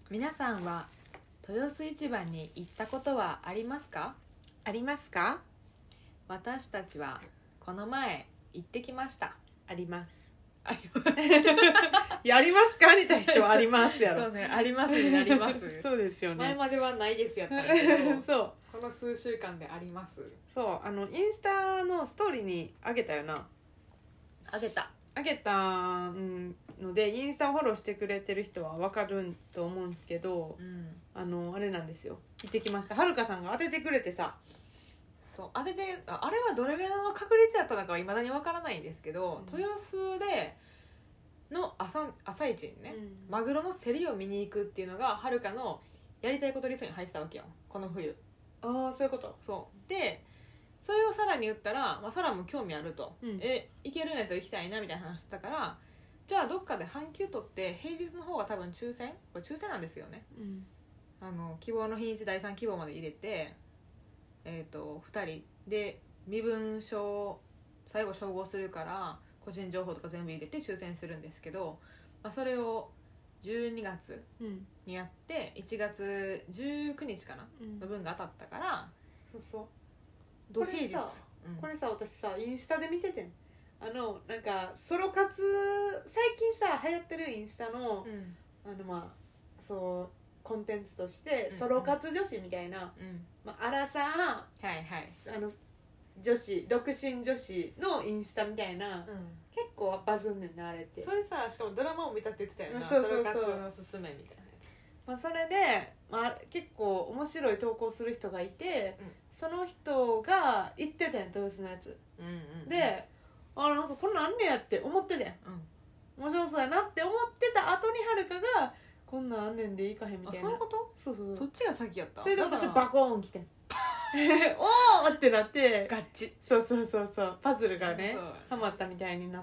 皆さんは豊洲市場に行ったことはありますか？ ありますか？ 私たちはこの前行ってきました。 あります。 ありますいや、ありますかに対してはありますやろ。 そうね、ありますになりますそうですよね。 前まではないですやったんだけどそうこの数週間であります。 インスタのストーリーにあげたよな。 あげたのでインスタをフォローしてくれてる人は分かると思うんですけど、あれなんですよ、行ってきました。はるかさんが当ててくれてさ。 そう当てて、あれはどれぐらいの確率やったのかはいまだに分からないんですけど、豊洲での朝市にね、マグロの競りを見に行くっていうのがはるかのやりたいことリストに入ってたわけよ、この冬。 ああ、そういうこと。 そうでそれをサラに言ったら、サラも興味あると、行けるんやったら行きたいなみたいな話してたから、じゃあどっかで半休取って平日の方が多分これ抽選なんですよね、希望の日にち第3希望まで入れて2人で身分証最後照合するから個人情報とか全部入れて抽選するんですけど、それを12月にやって1月19日かな、の分が当たったから、 そうそう、 土平日これさ私さインスタで見ててん。なんかソロ活最近さ流行ってるインスタの、そうコンテンツとしてソロ活女子みたいな、アラサー、女子独身女子のインスタみたいな、結構バズんねんなあれって。 それさ、しかもドラマを見たって言ってたよな。 そうソロ活のおすすめみたいなやつ。 それで、結構面白い投稿する人がいて、その人が言ってたやん、豊洲のやつ、で、なんかこんなんあんねやって思ってたやん、面白そうやなって思ってた後にはるかがこんなんあんねんで行かへんみたいな。 そういうこと？ そうそっちが先やった。 それで私バコーン来てんおーってなってガッチ。 そうパズルがねハマったみたいになって。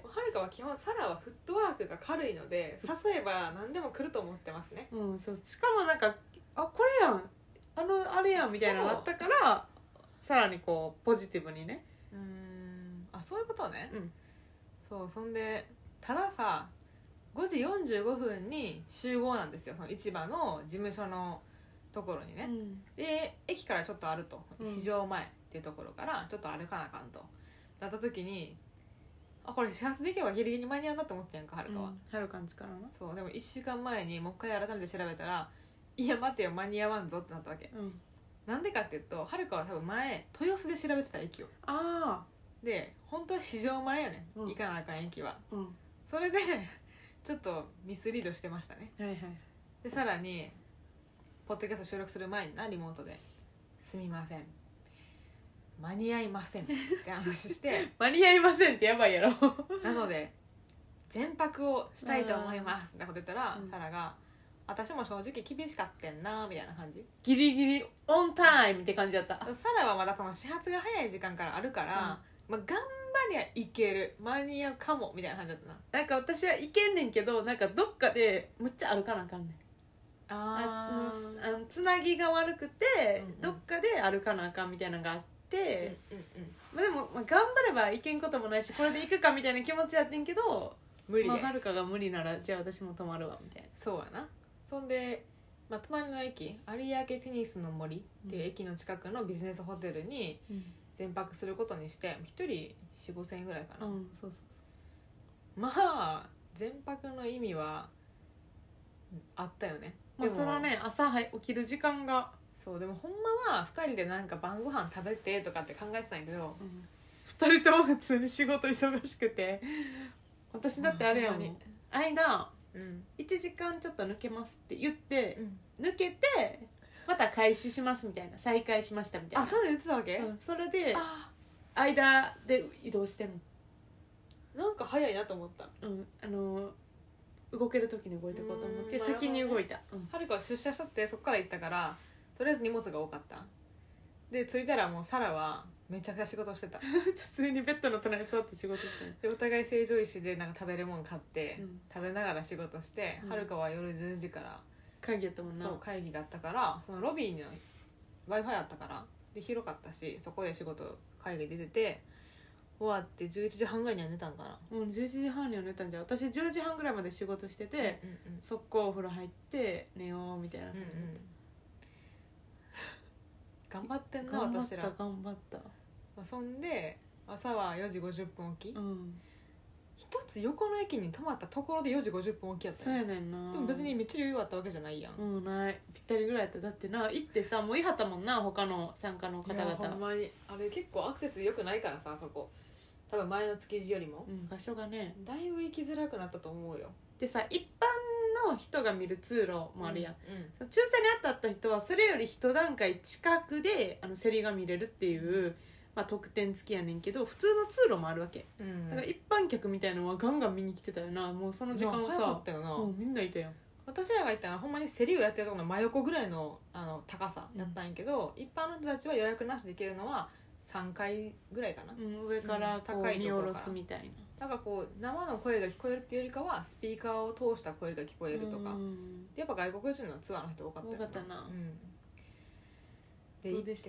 はるかは基本サラはフットワークが軽いので誘えば何でも来ると思ってますね。 そう、しかもなんかこれやんあれやんみたいなのがあったからさらにこうポジティブにね。 そういうことね。そうそんでたださ5時45分に集合なんですよ、その市場の事務所のところにね、で駅からちょっとあると、市場前っていうところからちょっと歩かなあかんとなった時に、これ始発で行けばギリギリに間に合うなと思ってんやんか、はるかは。 はるかんちからな。 そうでも1週間前にもう一回改めて調べたら、いや待てよ間に合わんぞってなったわけ、なんでかっていうと、はるかは多分前豊洲で調べてた駅を。で本当は市場前やねん、行かなあかん駅は、それでちょっとミスリードしてましたね。でさらにポッドキャスト収録する前にリモートですみません間に合いませんって話して間に合いませんってやばいやろなので全泊をしたいと思いますってこと言ったら、サラが私も正直厳しかってんなみたいな感じ、 ギリギリオンタイムって感じだった。 サラはまだその始発が早い時間からあるから、頑張りゃいける、間に合うかもみたいな感じだったな。 なんか私はいけんねんけど、なんかどっかでむっちゃ歩かなあかんねん。つなぎが悪くて、どっかで歩かなあかんみたいなのがあって、でも、頑張ればいけんこともないし、これで行くかみたいな気持ちやってんけど、 無理です。 はるかが無理ならじゃあ私も泊まるわみたいな。 そうやな。そんで、隣の駅有明テニスの森っていう駅の近くのビジネスホテルに全泊することにして、1人 4,5 千円ぐらいかな、全泊の意味はあったよね。 それはね、朝起きる時間が。 そうでもほんまは2人でなんか晩ご飯食べてとかって考えてたんやけど、 2人とも普通に仕事忙しくて、私だってあれやもん、間、1時間ちょっと抜けますって言って、抜けてまた開始しますみたいな、再開しましたみたいな。 そういうの言ってたわけ、 それで間で移動してんの。 なんか早いなと思った。 動ける時に動いていこうと思って先に動いた。 はるかは出社しとってそっから行ったから、とりあえず荷物が多かった。で着いたらもうサラはめちゃくちゃ仕事してた普通にベッドの隣に座って仕事してでお互い成城石でなんか食べるもん買って、食べながら仕事して、はるかは夜10時から会議やったもんな。 そう会議があったから、そのロビーに Wi-Fi あったからで広かったし、そこで仕事会議出てて、 終わって11時半ぐらいには寝たんかな。 11時半には寝たんじゃん。私10時半ぐらいまで仕事してて、速攻お風呂入って寝ようみたいな感じだった、 頑張ってんな私ら。 頑張った、 そんで朝は4時50分起き、一つ横の駅に泊まったところで4時50分起きやったそうやねんな。 でも別にめっちゃ余裕あったわけじゃないやん。 ない、ぴったりぐらいやった。だってな行ってさ、もういはったもんな、他の参加の方々。 ほんまにあれ結構アクセス良くないからさ、そこ多分前の築地よりも、 場所がねだいぶ行きづらくなったと思うよ。 でさ、一般の人が見る通路もあるやん、抽選に当たった人はそれより一段階近くで競りが見れるっていう、特典付きやねんけど、普通の通路もあるわけ、だから一般客みたいなのはガンガン見に来てたよな。もうその時間はさ、 早かったよな。 みんないたやん。 私らが行ったのはほんまに競りをやってるところの真横ぐらいの高さやったんやけど、一般の人たちは予約なしで行けるのは3階ぐらいかな、 上からこう見下ろすみたいな。 だからこう生の声が聞こえるっていうよりかはスピーカーを通した声が聞こえるとか、やっぱ外国人のツアーの人多かったよな。 多かったな。 でどうでした？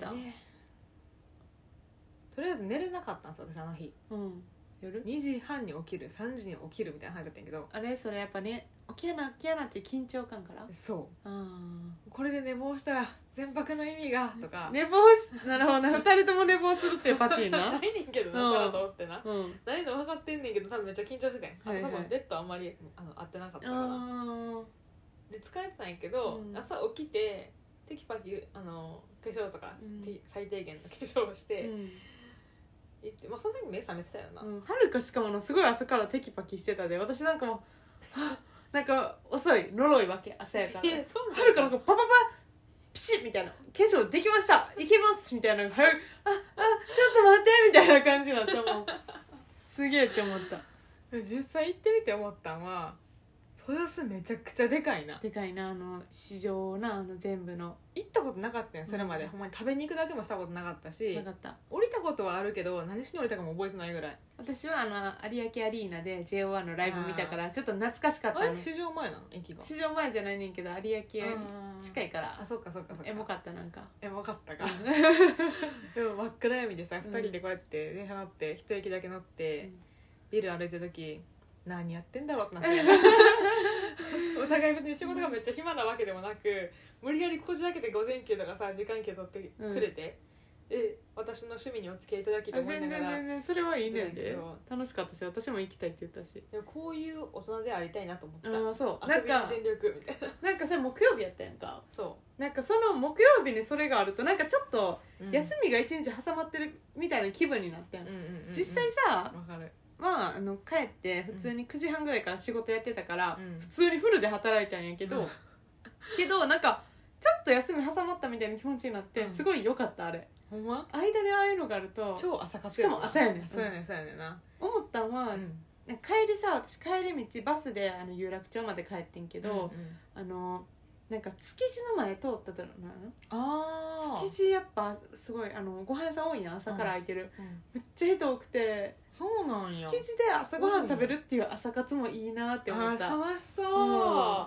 とりあえず寝れなかったんですよ私あの日。 夜 2時半に起きる、3時に起きるみたいな話だったんやけど、 あれそれやっぱね、起きやなっていう緊張感から。 そうこれで寝坊したら全泊の意味がとか、 寝坊なるほどね、2人とも寝坊するっていうパティーなないねんけどな、そうだと思ってな、ないの分かってんねんけど、多分めっちゃ緊張してたん、多分ベッドあんまり合ってなかったからで疲れてたんやけど、朝起きてテキパキ化粧とか、最低限の化粧をして、行って、その時目覚めてたよな。 はるかしかもすごい朝からテキパキしてたで、私なんかもなんか遅い呪いわけ、朝やから。はるかなんかパパパピシッみたいな、化粧できました、いけますみたいな、早くちょっと待ってみたいな感じになった。もんすげえって思った。 実際行ってみて思ったんは、豊洲めちゃくちゃでかいな。 でかいな、市場な、全部の。 行ったことなかったんそれまで、ほんまに食べに行くだけもしたことなかったし、 なかった。 降りたことはあるけど何しに降りたかも覚えてないぐらい。 私は有明アリーナで JO1 のライブ見たからちょっと懐かしかったね。 市場前なの駅が？ 市場前じゃないねんけど、有明近いから。 そっかそっかそっか。 エモかった。なんかエモかったかでも真っ暗闇でさ、2人でこうやって電車乗って一駅だけ乗って、ビル歩いてる時何やってんだろうってなってお互い別に仕事がめっちゃ暇なわけでもなく、無理やりこじ開けて午前休とかさ時間休取ってくれて、私の趣味にお付き合いいただきと思いながら。 全然それはいいねんで、楽しかったし、私も行きたいって言ったし。 でもこういう大人でありたいなと思った。 そう遊びに全力みたいな。 なんかさ、木曜日やったやんか。 そうなんかその木曜日にそれがあるとなんかちょっと休みが一日挟まってるみたいな気分になってん。実際さ、 わかる。 帰って普通に9時半ぐらいから仕事やってたから、普通にフルで働いたんやけど、なんかちょっと休み挟まったみたいな気持ちになって、すごい良かった。あれほんま間でああいうのがあると超朝活しかも朝やねん。 そうやねんそうやねんな。 思ったんは、帰りさ、私帰り道バスで有楽町まで帰ってんけど、なんか築地の前通っただろうな。築地やっぱすごいご飯屋さん多いやん、朝から空いてる、めっちゃ人多くて。 そうなんや。 築地で朝ごはん食べるっていう朝活もいいなって思った。 楽しそう、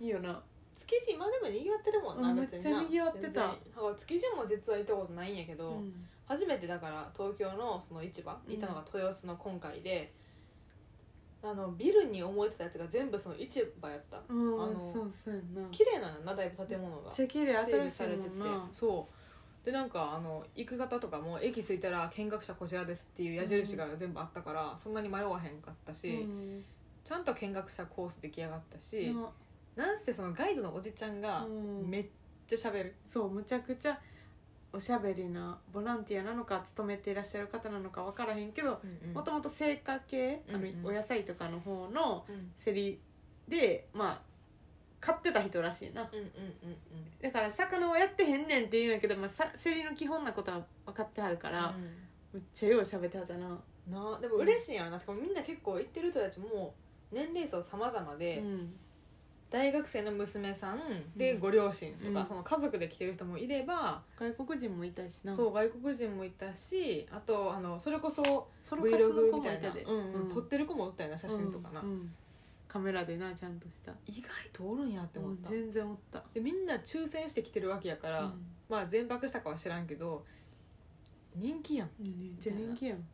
いいよな。 築地今でもにぎわってるもんな。 めっちゃにぎわってた。 築地も実は行ったことないんやけど、初めてだから東京のその市場行ったのが豊洲の今回で、ビルに思えてたやつが全部その市場やった。 そうやな。 綺麗なのな、だいぶ建物がめっちゃ綺麗、新しいもんな。 そうで、なんか行く方とかも駅着いたら見学者こちらですっていう矢印が全部あったから、そんなに迷わへんかったし、ちゃんと見学者コース出来上がったし、なんせそのガイドのおじちゃんがめっちゃ喋る。 そうむちゃくちゃおしゃべりな、ボランティアなのか勤めていらっしゃる方なのか分からへんけど、もともと青果系、お野菜とかの方の競りで、買ってた人らしいな。だから魚はやってへんねんって言うんやけど、競りの基本なことは分かってはるから、めっちゃよう喋ってはったな。 でも嬉しいやろな。しかもみんな結構行ってる人たちも年齢層様々で、大学生の娘さんでご両親とか、その家族で来てる人もいれば、 外国人もいたしな。 そう外国人もいたし、あとそれこそソロ活の Vlog 子みたいなもいたで、 撮ってる子もおったよな、写真とかな、 カメラでな、ちゃんとした。 意外とおるんやって思った。 全然おった。 でみんな抽選して来てるわけやから、全泊したかは知らんけど人気やん。 めっちゃ人気やん。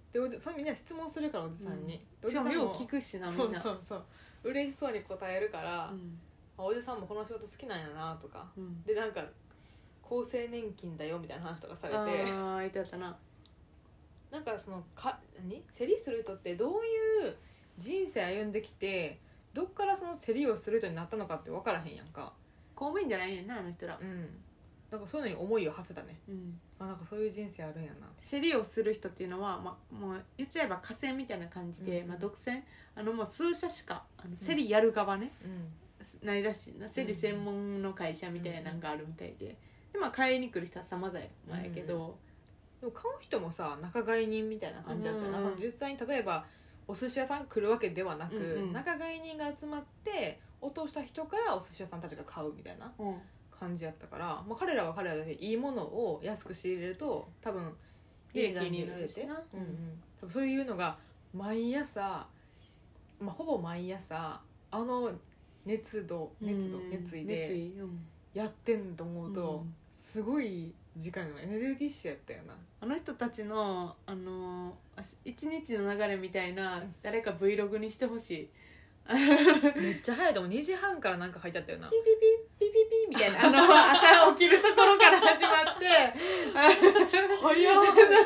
でそみんな質問するからおじさんに、 しかもよう聞くしなみんな。 そう嬉しそうに答えるから、おじさんもこの仕事好きなんやなとか、でなんか厚生年金だよみたいな話とかされて、 あ言ってたな。 なんかその競りする人ってどういう人生歩んできてどっからその競りをする人になったのかって分からへんやんか。 公務員じゃないねんなあの人ら。 なんかそういうのに思いを馳せたね、なんかそういう人生あるんやな。 競りをする人っていうのは、もう言っちゃえば河川みたいな感じで、独占もう数社しか競りやる側ね、ないらしいな。競り専門の会社みたいなのがあるみたいで、で買いに来る人は様々やけど、 でも買う人もさ仲買人みたいな感じだったよな、実際に例えばお寿司屋さん来るわけではなく、仲買人が集まって落とした人からお寿司屋さんたちが買うみたいな感じやったから、彼らは彼らでいいものを安く仕入れると多分利益になるしな、 多分そういうのが毎朝、ほぼ毎朝熱意でやってんと思うと、すごい時間がエネルギッシュやったよな。 あの人たちの一日の流れみたいな誰か Vlog にしてほしい。 めっちゃ早いと思う。2時半からなんか書いてあったよな。 ピピピピピピみたいな朝起きるところから始まって早っ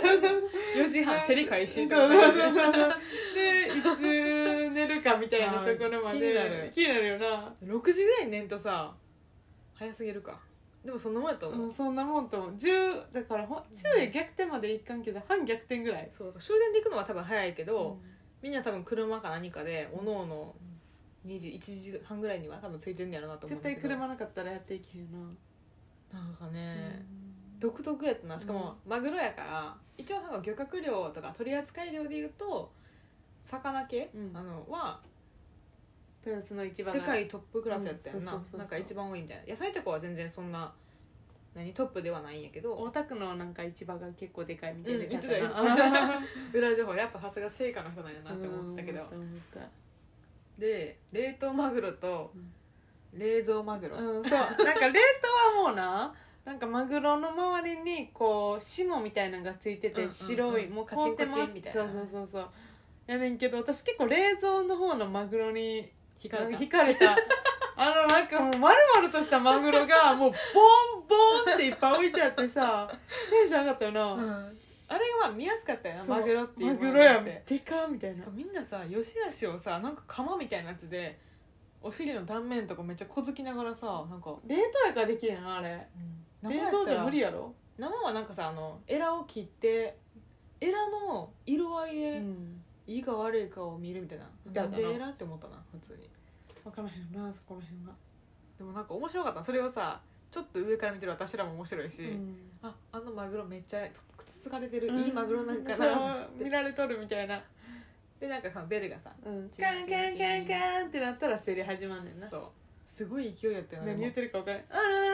4時半競り開始とかでいつ寝るかみたいなところまで気になるよな。 6時ぐらいに寝んとさ早すぎるか。でもそんなもんやと思う、 そんなもんと思う。10だから昼夜逆転までいかんけど半逆転ぐらい。 そう終電で行くのは多分早いけど、みんな多分車か何かでおのおの1時半ぐらいには多分ついてんねやろなと思うんだけど、 絶対車なかったらやっていけへんな。 なんかね、独特やったな。しかもマグロやから一応なんか漁獲量とか取扱量でいうと魚系、は豊洲の市場が世界トップクラスやったよな。なんか一番多いみたいな。野菜とかは全然そんなトップではないんやけど、 大田区のなんか市場が結構でかいみたいな言ってたよ裏情報やっぱさすが成果の人なんやなって思ったけど、で冷凍マグロと冷蔵マグロ、 そうなんか冷凍はもうなんかマグロの周りにこう霜みたいなのがついてて白い、もう凍ってますみたいな。そうやねんけど、私結構冷蔵の方のマグロに惹かれたなんかもう丸々としたマグロがもうボンボンっていっぱい置いてあってさテンション上がったよな、 あれが見やすかったよな。マグロっていうマグロやんでかみたいな。 みんなさよしあしをさなんか釜みたいなやつでお尻の断面とかめっちゃ小突きながらさ、なんか冷凍やからできるなあれ、冷蔵じゃ無理やろ。 生はなんかさエラを切ってエラの色合いでいいか悪いかを見るみたいな、なんでエラって思ったな普通に。 分からへんなそこら辺が。 でもなんか面白かった。それをさちょっと上から見てる私らも面白いし、あのマグロめっちゃつつかれてる、いいマグロなんかな見られとるみたいな。 でなんかさベルがさ、 カンカンカンカンってなったら競り始まんねんな。 そうすごい勢いやったよね。 何言ってるか分からん。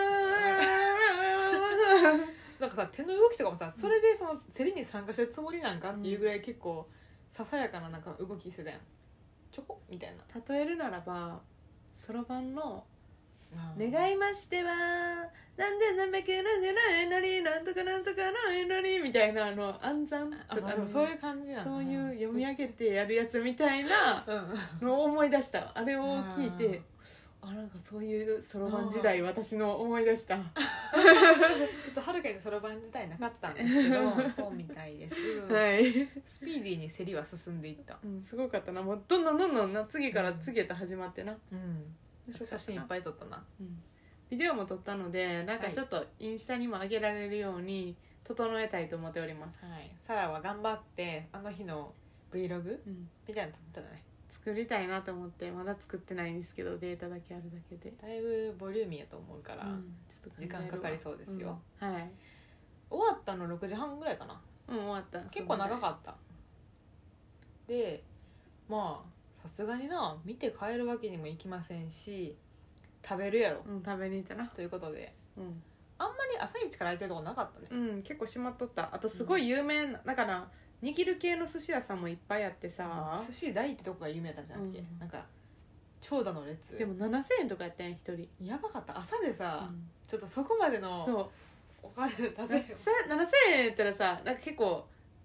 なんかさ手の動きとかもさ、それでその競りに参加してるつもりなんかっていうぐらい結構ささやかななんか動きしてたやん。チョコみたいな。 例えるならばそろばんの願いましてはなんで何百なんじゃないのになんとかなんとかないのにみたいな暗算とかそういう感じなの。 そういう読み上げてやるやつみたいなのを思い出した。あれを聞いてなんかそういうそろばん時代私の思い出した。ちょっとはるかにそろばん時代なかったんですけどそうみたいです、 はい、 スピーディーに競りは進んでいった、 すごかったな。もうどんどんな次から次へと始まってな、 写真いっぱい撮ったな、 ビデオも撮ったのでなんかちょっとインスタにも上げられるように整えたいと思っております、 サラは頑張ってあの日の Vlog、みたいなの撮ったね。 作りたいなと思ってまだ作ってないんですけど、データだけあるだけでだいぶボリューミーやと思うから、ちょっと時間かかりそうですよ、 はい。 終わったの6時半ぐらいかな。 終わった。 結構長かった。でまあさすがにな見て帰るわけにもいきませんし食べるやろ、 食べに行ったなということで、あんまり朝一から空いてるとこなかったね。 結構閉まっとった。あとすごい有名な、だから握る系の寿司屋さんもいっぱいあってさ、 寿司大ってとこが有名だったじゃんっけ、なんか長蛇の列でも7000円とかやったん1人。 やばかった。朝でさ、ちょっとそこまでのそうお金出せ 7000円やったらさなんか結構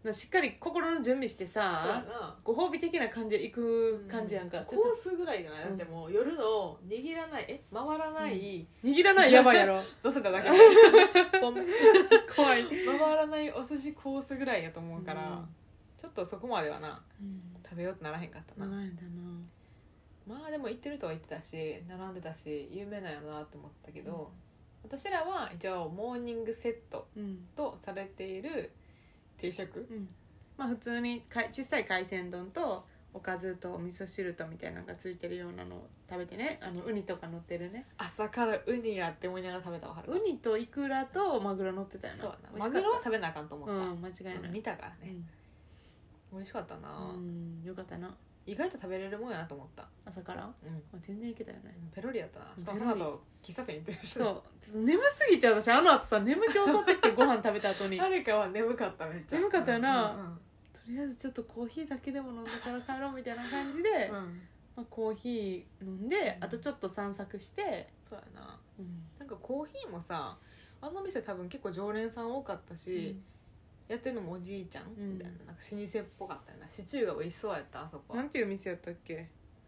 しっかり心の準備してそうやさなご褒美的な感じで行く感じやんか、ちょっコースぐらいじゃない、だってもう夜の握らない回らない、 と握らないやばいやろ乗せただけでポン怖い、 回らないお寿司コースぐらいやと思うから、ちょっとそこまではな食べようってならへんかったな。 ならへんだな。 まあでも行ってるとは言ってたし並んでたし有名なんやろなって思ったけど、私らは一応モーニングセットとされている定食、 まあ普通に小さい海鮮丼とおかずとお味噌汁とみたいなのがついてるようなのを食べてね、ウニとか乗ってるね。 朝からウニやって思いながら食べたわ。はるかウニとイクラとマグロ乗ってたよな。 そうやな、マグロは食べなあかんと思った、 間違いない、 見たからね、美味しかったな、 よかったな。 意外と食べれるもんやなと思った。 朝から、全然いけたよね。 ペロリやったな。しかもその後喫茶店行ってるし、 そうちょっと眠すぎて私あの後さ眠気襲ってきてご飯食べた後にはるかは眠かった。めっちゃ眠かったよな、とりあえずちょっとコーヒーだけでも飲んでから帰ろうみたいな感じで、まあ、コーヒー飲んで、あとちょっと散策して、 そうやな、なんかコーヒーもさあの店多分結構常連さん多かったし、やってるのもおじいちゃんみたいな、なんか老舗っぽかったよな。シチューが美味しそうやった。あそこなんていう店やったっけ、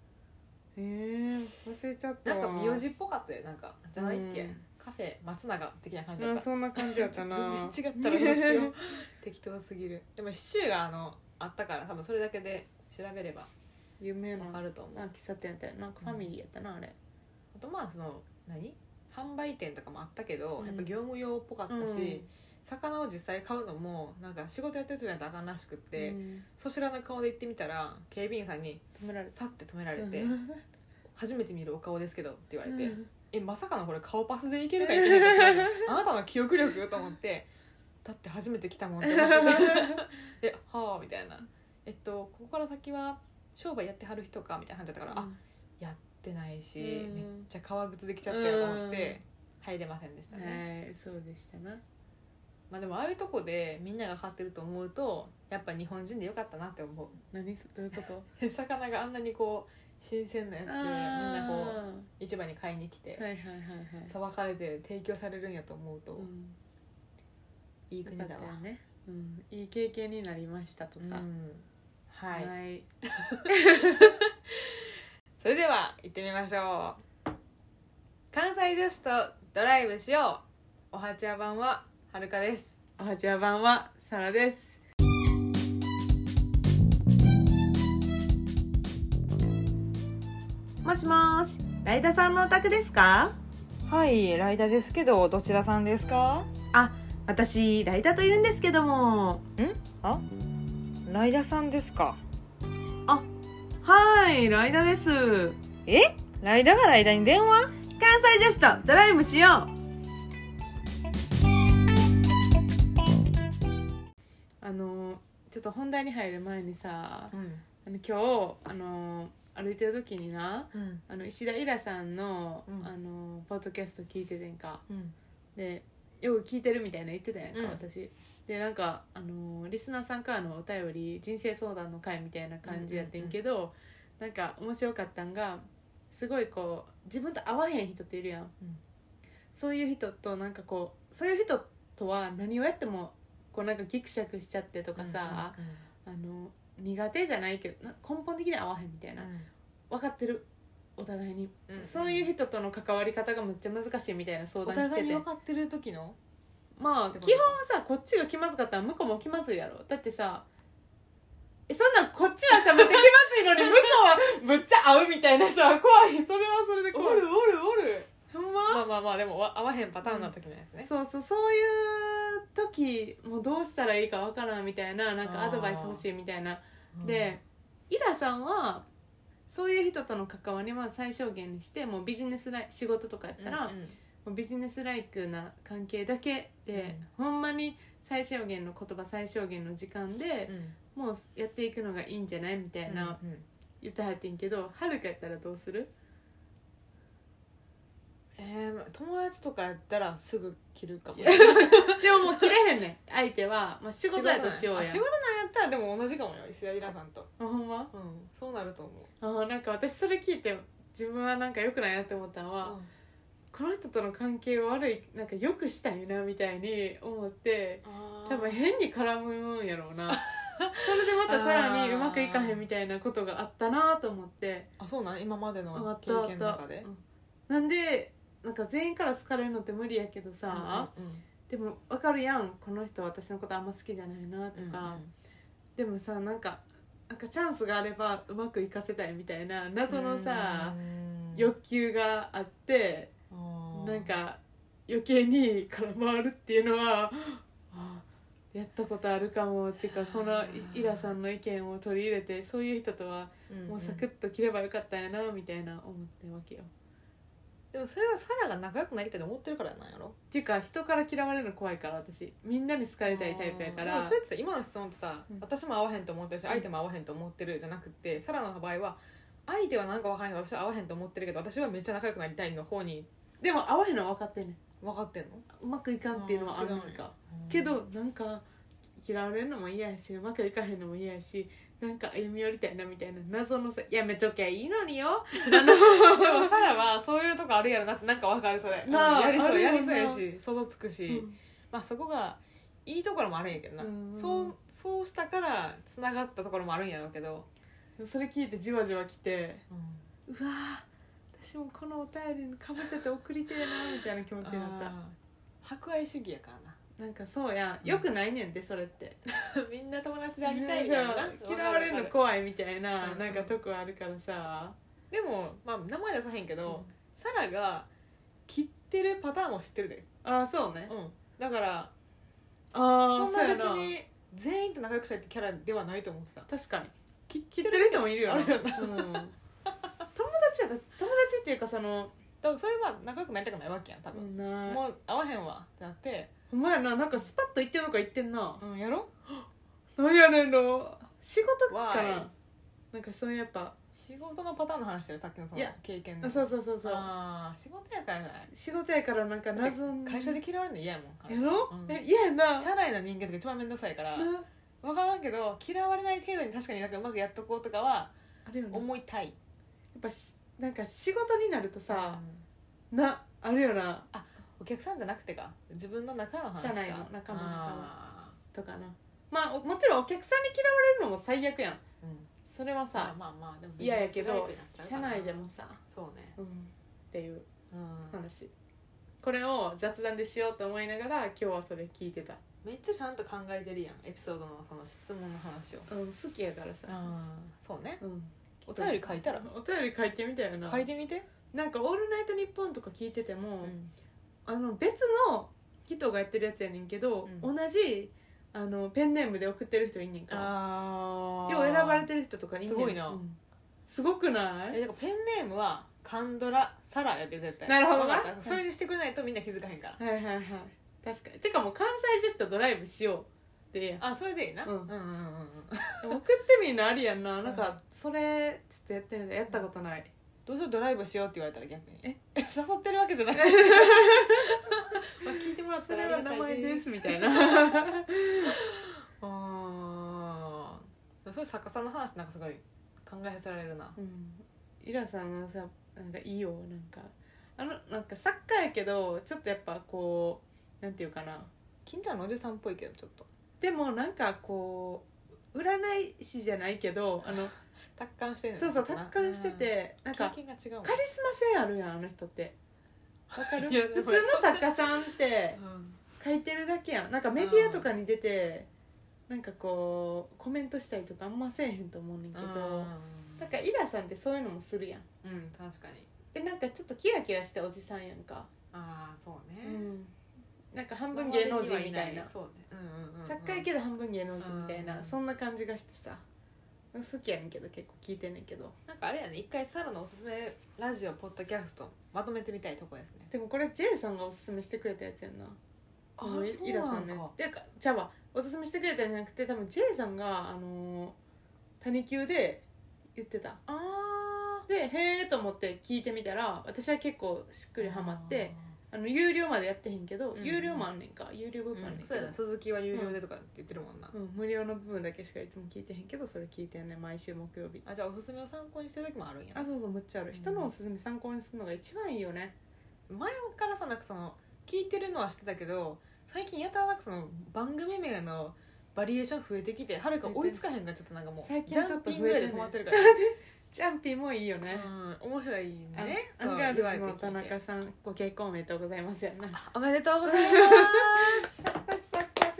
忘れちゃったわ。 なんか名字っぽかったよ。なんかじゃないっけ、カフェ松永的な感じだった。 そんな感じやったな全然違ったらどうしよう適当すぎる。でもシチューがあったから多分それだけで調べれば有名な分かると思う。 喫茶店やったよ。なんかファミリーやったな、あれ。 あとまあ販売店とかもあったけど、やっぱ業務用っぽかったし、魚を実際買うのもなんか仕事やってる人じゃないとあかんらしくって、そしらな顔で行ってみたら警備員さんにさって止められて初めて見るお顔ですけどって言われて、まさかのこれ顔パスでいけるかいけないかって言われてあなたの記憶力と思って、だって初めて来たもんって思ってではあみたいな、ここから先は商売やってはる人かみたいな感じだったから、やってないし、めっちゃ革靴できちゃったよと思って入れませんでしたね。 そうでしたな。 まあでもああいうとこでみんなが買ってると思うとやっぱ日本人でよかったなって思う。 どういうこと魚があんなにこう新鮮なやつでみんなこう市場に買いに来てさばかれて提供されるんやと思うと、いい国だわね、いい経験になりましたとさ、 はい、それでは行ってみましょう。関西女子とドライブしよう。おはちゃ版ははるかです。 おはちゃ版はさらです。もしもし、ライダさんのお宅ですか？ はい、ライダですけどどちらさんですか？ 私ライダと言うんですけども。 ライダさんですか？ はい、ライダです。 ライダがライダに電話？ 関西女子とドライブしよう。ちょっと本題に入る前にさ、今日歩いてる時にな、石田イラさんの、ポッドキャスト聞いててんか、でよく聞いてるみたいな言ってたやんか、私でなんかリスナーさんからのお便り人生相談の会みたいな感じやってんけど、なんか面白かったんが、すごいこう自分と合わへん人っているやん、そういう人となんかこうそういう人とは何をやってもこうなんかギクシャクしちゃってとかさ、苦手じゃないけど根本的に合わへんみたいな、分かってるお互いに、そういう人との関わり方がむっちゃ難しいみたいな相談来てて、お互いに分かってる時のまあ基本はさこっちが気まずかったら向こうも気まずいやろ。だってさそんなんこっちはさめっちゃ気まずいのに向こうはむっちゃ合うみたいなさ、怖い。それはそれで怖い。 おるほんま？ まあでも合わへんパターンの時のやつね、 そういう時もうどうしたらいいかわからんみたいな、なんかアドバイス欲しいみたいな、でイラさんはそういう人との関わりは最小限にして、もうビジネス仕事とかやったら、もうビジネスライクな関係だけで、ほんまに最小限の言葉最小限の時間で、もうやっていくのがいいんじゃないみたいな、言ってはってんけど、はるかやったらどうする？ 友達とかやったらすぐ切るかも。 でももう切れへんねん相手は、まあ、仕事やとしようや。 仕事なんやったらでも同じかもよ、石田イラさんと。 ほんま？ そうなると思う。 なんか私それ聞いて自分はなんか良くないなって思ったのは、この人との関係をなんか良くしたいなみたいに思って、 多分変に絡むんやろうなそれでまたさらにうまくいかへんみたいなことがあったなと思って。 あ、そうなん、今までの経験の中で。 なんでなんか全員から好かれるのって無理やけどさ、でも分かるやん、この人私のことあんま好きじゃないなとか、でもさなんかチャンスがあればうまくいかせたいみたいな謎のさ欲求があって、なんか余計に絡まるっていうのはやったことあるかもっていうか、このイラさんの意見を取り入れてそういう人とはもうサクッと切ればよかったんやなみたいな思ってるわけよ。 でもそれはサラが仲良くなりたいと思ってるからなんやろ。 っていうか人から嫌われるの怖いから、私みんなに好かれたいタイプやから。 でもそれってさ、今の質問ってさ、私も合わへんと思ってるし相手も合わへんと思ってるじゃなくて、サラの場合は相手はなんか分からないけど私は合わへんと思ってるけど私はめっちゃ仲良くなりたいの方に。 でも合わへんのは分かってんねん。 分かってんの？ うまくいかんっていうのはあるんか、けどなんか嫌われるのも嫌やしうまくいかへんのも嫌やし、なんか歩み寄りたいなみたいな謎のさ、やめときゃいいのによでもサラはそういうとこあるやろなってなんか分かる。それやりそうやりそうやし想像つくし、まあそこがいいところもあるんやけどな、そうしたからつながったところもあるんやろうけど、 それ聞いてじわじわ来て、うわ私もこのお便りにかぶせて送りてえなみたいな気持ちになった。 博愛主義やからな。 なんかそうやん、よくないねんでそれってみんな友達でありたいみたいな、 嫌われるの怖いみたいな、なんかとこあるからさ。 でもまあ名前出さへんけど、サラが切ってるパターンも知ってるで。 あ、そうね、 だからそんな別に全員と仲良くしたいってキャラではないと思ってた。 確かに切ってる人もいるよね友達っていうかそのだからそれは仲良くなりたくないわけやん多分、もう会わへんわってなって。 お前な、なんかスパッと言ってるのか言ってんな。 やろ何やねんの仕事かな。なんかそういうやっぱ仕事のパターンの話してる、さっきのその経験の。 そう仕事やからね。 仕事やからなんか謎に会社で嫌われるの嫌やもん。 やろ、嫌やな。 社内の人間とか一番めんどくさいから分からんけど、嫌われない程度に確かになんかうまくやっとこうとかは思いたい。やっぱなんか仕事になるとさ、あるよな。 お客さんじゃなくてか、自分の中の話か、 社内の仲間とかな。まあもちろんお客さんに嫌われるのも最悪やん、それはさ嫌やけど、社内でもさ、 そうね、 っていう話。これを雑談でしようと思いながら今日はそれ聞いてた。 めっちゃちゃんと考えてるやん、エピソードのその質問の話を。 好きやからさ。 そうね、お便り書いたら。 お便り書いてみたよな。 書いてみて。 なんか「オールナイトニッポン」とか聞いてても、別の人がやってるやつやねんけど、同じペンネームで送ってる人いんねんから、よう選ばれてる人とかいんねん。 すごいな、 すごくない？ だからペンネームはカンドラサラやって絶対。 なるほどな。 それにしてくれないとみんな気づかへんから。 はいはいはい、確かに。てかもう関西女子とドライブしようで、 それでいいな。 送ってみんなありやんな。なんかそれちょっとやってみた。やったことない。 どうせドライブしようって言われたら逆に誘ってるわけじゃないまあ聞いてもらったらそれは名前ですみたいなそういう作家さんの話なんかすごい考えさせられるな。 イラさんはさ、なんかいいよ。なんか作家やけどちょっとやっぱこうなんていうかな、 近所のおじさんっぽいけどちょっと。 でもなんかこう占い師じゃないけど達観してる。 そう達観してて、なんかカリスマ性あるやん、あの人って。わかる？普通の作家さんって書いてるだけやん。なんかメディアとかに出てなんかこうコメントしたりとかあんませえへんと思うねんけど、なんかイラさんってそういうのもするやん。 確かに。 でなんかちょっとキラキラしたおじさんやんか。 そうね。 なんか半分芸能人みたいな。 そうね。 作家やけど半分芸能人みたいな、そんな感じがしてさ、好きやねんけど結構聞いてんねんけど。 なんかあれやね、一回サラのおすすめラジオポッドキャストまとめてみたいとこですね。 でもこれ J さんがおすすめしてくれたやつやんな。イラさんね。っていうかじゃあおすすめしてくれたんじゃなくて、多分 J さんが谷急で言ってた。でへーと思って聞いてみたら、私は結構しっくりハマって、有料までやってへんけど、有料もあんねんか、有料部分あんねんけど、 そうやな、鈴木は有料でとかって言ってるもんな。 無料の部分だけしかいつも聞いてへんけど、それ聞いてんねん、毎週木曜日。 じゃあおすすめを参考にしてる時もあるんや。 そうむっちゃある。人のおすすめ参考にするのが一番いいよね。 前からさ、なんかその聞いてるのは知ってたけど最近やたらなんかその番組名のバリエーション増えてきてはるか追いつかへんがちょっとなんかもう最ジャン近ちょっと増えてピンぐらいで止まってるからジャンピンもいいよね、 面白いね。 アンガールズの田中さんご結婚おめでとうございますやな。 おめでとうございますパチパチパチパチ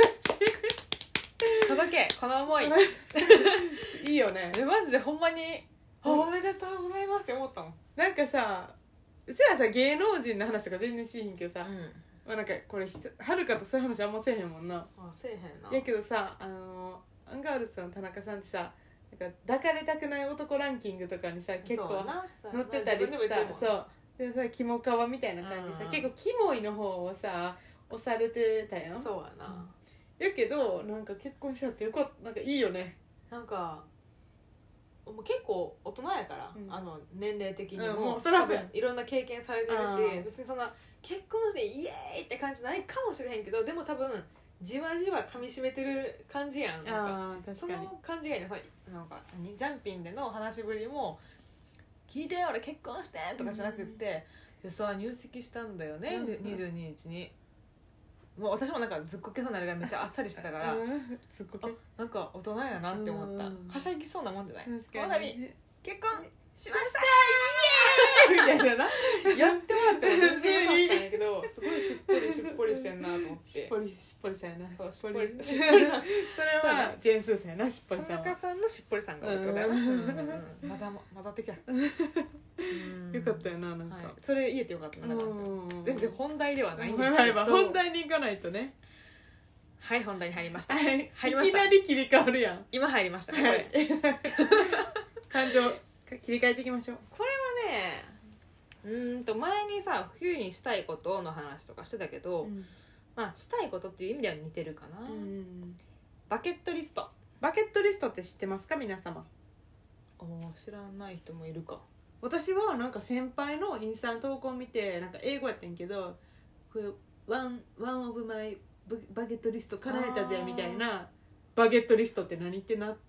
届けこの思いいいよね。 マジでほんまにおめでとうございますって思ったもん。 なんかさ、うちらさ芸能人の話とか全然しへんけどさ、まあ、なんかこれはるかとそういう話あんませえへんもんな。 せえへんな。 やけどさ、アンガールズの田中さんってさ、なんか抱かれたくない男ランキングとかにさ結構載ってたりさ、そうでさキモカワみたいな感じでさ、結構キモいの方をさ押されてたやん。 そうやな、 やけどなんか結婚しちゃってよかった。なんかいいよね。 なんかもう結構大人やから、年齢的にも、 もうそらそういろんな経験されてるし、別にそんな結婚してイエーイって感じないかもしれへんけど、でも多分じわじわ噛みしめてる感じやん。なんかその感じがいいな。なんかジャンピンでの話しぶりも聞いて俺結婚してとかじゃなくって、でさ入籍したんだよね、22日に。もう私もなんかずっこけそうなるがめっちゃあっさりしてたから、 ずっこけなんか大人やなって思った。はしゃぎそうなもんじゃない。 確かに結婚しましたイエーイみたいななやってもらっても全然よかったんやけど、すごいしっぽりしてんなと思って。 しっぽりさんやな。 しっぽりさん。 それはジェンスーさんやな。しっぽりさんは田中さんのしっぽりさんがおるってことやな。混ざってきた。 よかったよな。なんかそれ言えてよかったな。全然本題ではないんですけど、 本題に行かないとね。 はい本題に入りました。 いきなり切り替わるやん。 今入りましたね。 感情切り替えていきましょう。 これはね、前にさ冬にしたいことの話とかしてたけど、まあしたいことっていう意味では似てるかな。バケットリスト。 バケットリストって知ってますか皆様。 知らない人もいるか。 私はなんか先輩のインスタの投稿を見て、なんか英語やってんけど、これワンオブマイバゲットリスト叶えたぜみたいな。バゲットリストって何ってなって、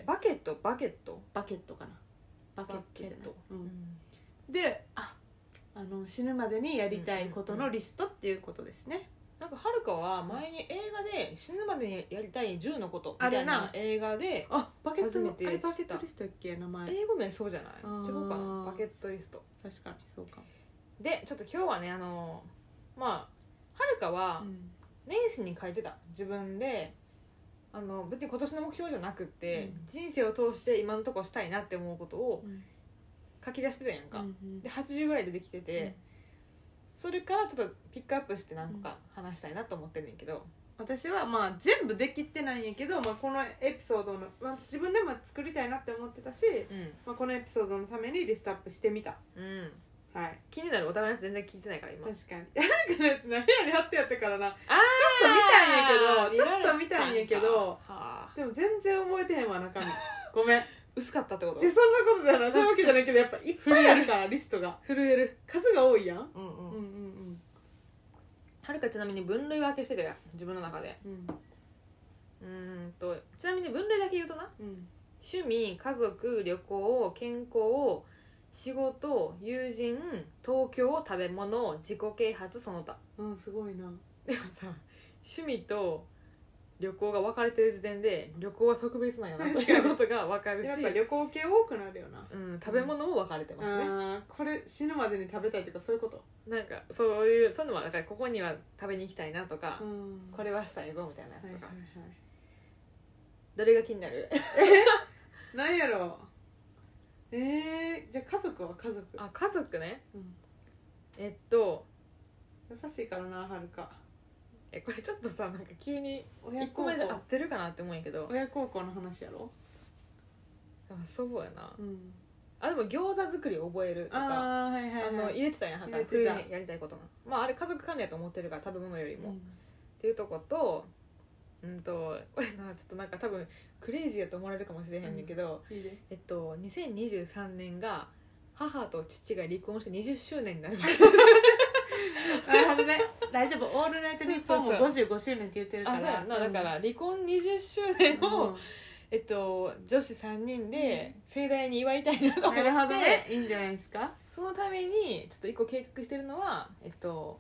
バケットかな。バケットじゃない。で、死ぬまでにやりたいことのリストっていうことですね。 なんかはるかは前に映画で死ぬまでにやりたい10のことみたいな映画でバケットリストやっけ名前。 英語名そうじゃない？違うかな。バケットリスト。 確かにそうかも。 でちょっと今日はねはるかは年始に書いてた自分で。別に今年の目標じゃなくって、人生を通して今のとこしたいなって思うことを書き出してたやんか、で80ぐらい出てきてて、それからちょっとピックアップして何個か話したいなと思ってんねんけど、 私はまあ全部できてないんやけど、このエピソードの、自分でも作りたいなって思ってたし、このエピソードのためにリストアップしてみた。はい、 気になる。お互いのやつ全然聞いてないから今。 確かにはるかのやつ部屋に貼ってやったからな。ちょっと見たんやけどでも全然覚えてへんわ中身。ごめん。 薄かったってこと？ そんなことじゃない。そういうわけじゃないけど、やっぱいっぱいあるからリストが震える。 数が多いやん。 はるかちなみに分類分けしてて自分の中で、ちなみに分類だけ言うとな、趣味、家族、旅行、健康、仕事、友人、東京、食べ物、自己啓発、その他。 すごいな。 でもさ、趣味と旅行が分かれてる時点で旅行は特別なんやなということが分かるし、 やっぱ旅行系多くなるよな。 食べ物も分かれてますね。 これ死ぬまでに食べたいとかそういうこと。 なんかそういうのもだからここには食べに行きたいなとか、これはしたいぞみたいなやつとか。どれが気になる？ なんやろ。じゃあ家族は家族。 家族ね。優しいからな、はるか。 これちょっとさ、なんか急に1個目で合ってるかなって思うんやけど、 親孝行の話やろ。 そうやな。でも餃子作りを覚えるとか入れてたやん。冬にやりたいことがあれ家族関連やと思ってるから、食べ物よりもっていうとことこれな、ちょっとなんか多分クレイジーやと思われるかもしれへんねんけど、2023年が母と父が離婚して20周年になる。 なるほどね。大丈夫。オールナイトニッポンも55周年って言ってるから。 だから離婚20周年を女子3人で盛大に祝いたいなと思って。 なるほどね。いいんじゃないですか。 そのためにちょっと1個計画してるのは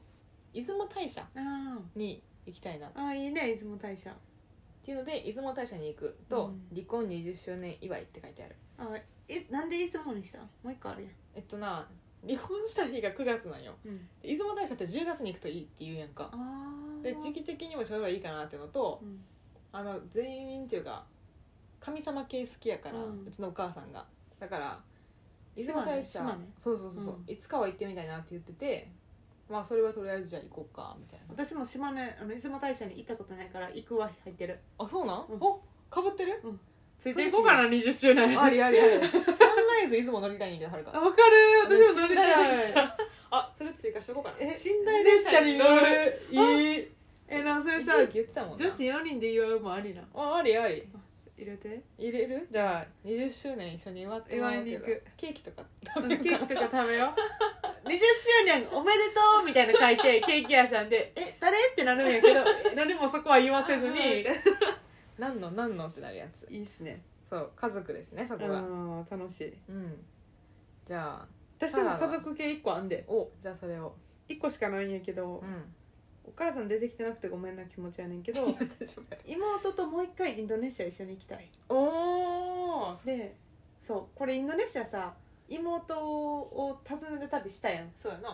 出雲大社あに行きたいなあいいね、出雲大社っていうので出雲大社に行くと、 うん離婚20周年祝いって書いてある。 なんで出雲にしたん？もう一個あるや離婚した日が9月なんよ。 ん、 出雲大社って10月に行くといいって言うやんか。 あで時期的にもちょうどいいかなっていうのと、全員っていうか神様系好きやから、うちのお母さんがだから出雲大社、 島根そう、いつかは行ってみたいなって言ってて、まあそれはとりあえずじゃあ行こうかみたいな。 私も島根出雲大社に行ったことないから行くは入ってる。 あ、そうなん、 うんお、かぶってる、 ついていこうかな、20周年。 ありサンライズいつも乗りたいんだけど、はるか。 わかる、私も乗りたい。 あ、それ追加しとこうかな。 寝台列車に乗る。いい。それさ、 言ってたもんな。 女子4人で祝うもありな。 あり入れて。 入れる？じゃあ20周年一緒に祝ってもらうけど、 祝いに行く。 ケーキとかケーキとか食べよう。20周年おめでとうみたいな書いて、ケーキ屋さんで誰ってなるんやけど、何もそこは言わせずに何のってなるやつ。 いいっすね。 そう、家族ですね、そこが。 楽しい。 じゃあ私も家族系1個あんで。 じゃあそれを 1個しかないんやけど、お母さん出てきてなくてごめんな気持ちやねんけど妹ともう一回インドネシア一緒に行きたい。 おーで、そうこれインドネシアさ、妹を訪ねる旅したやん。 そうやな。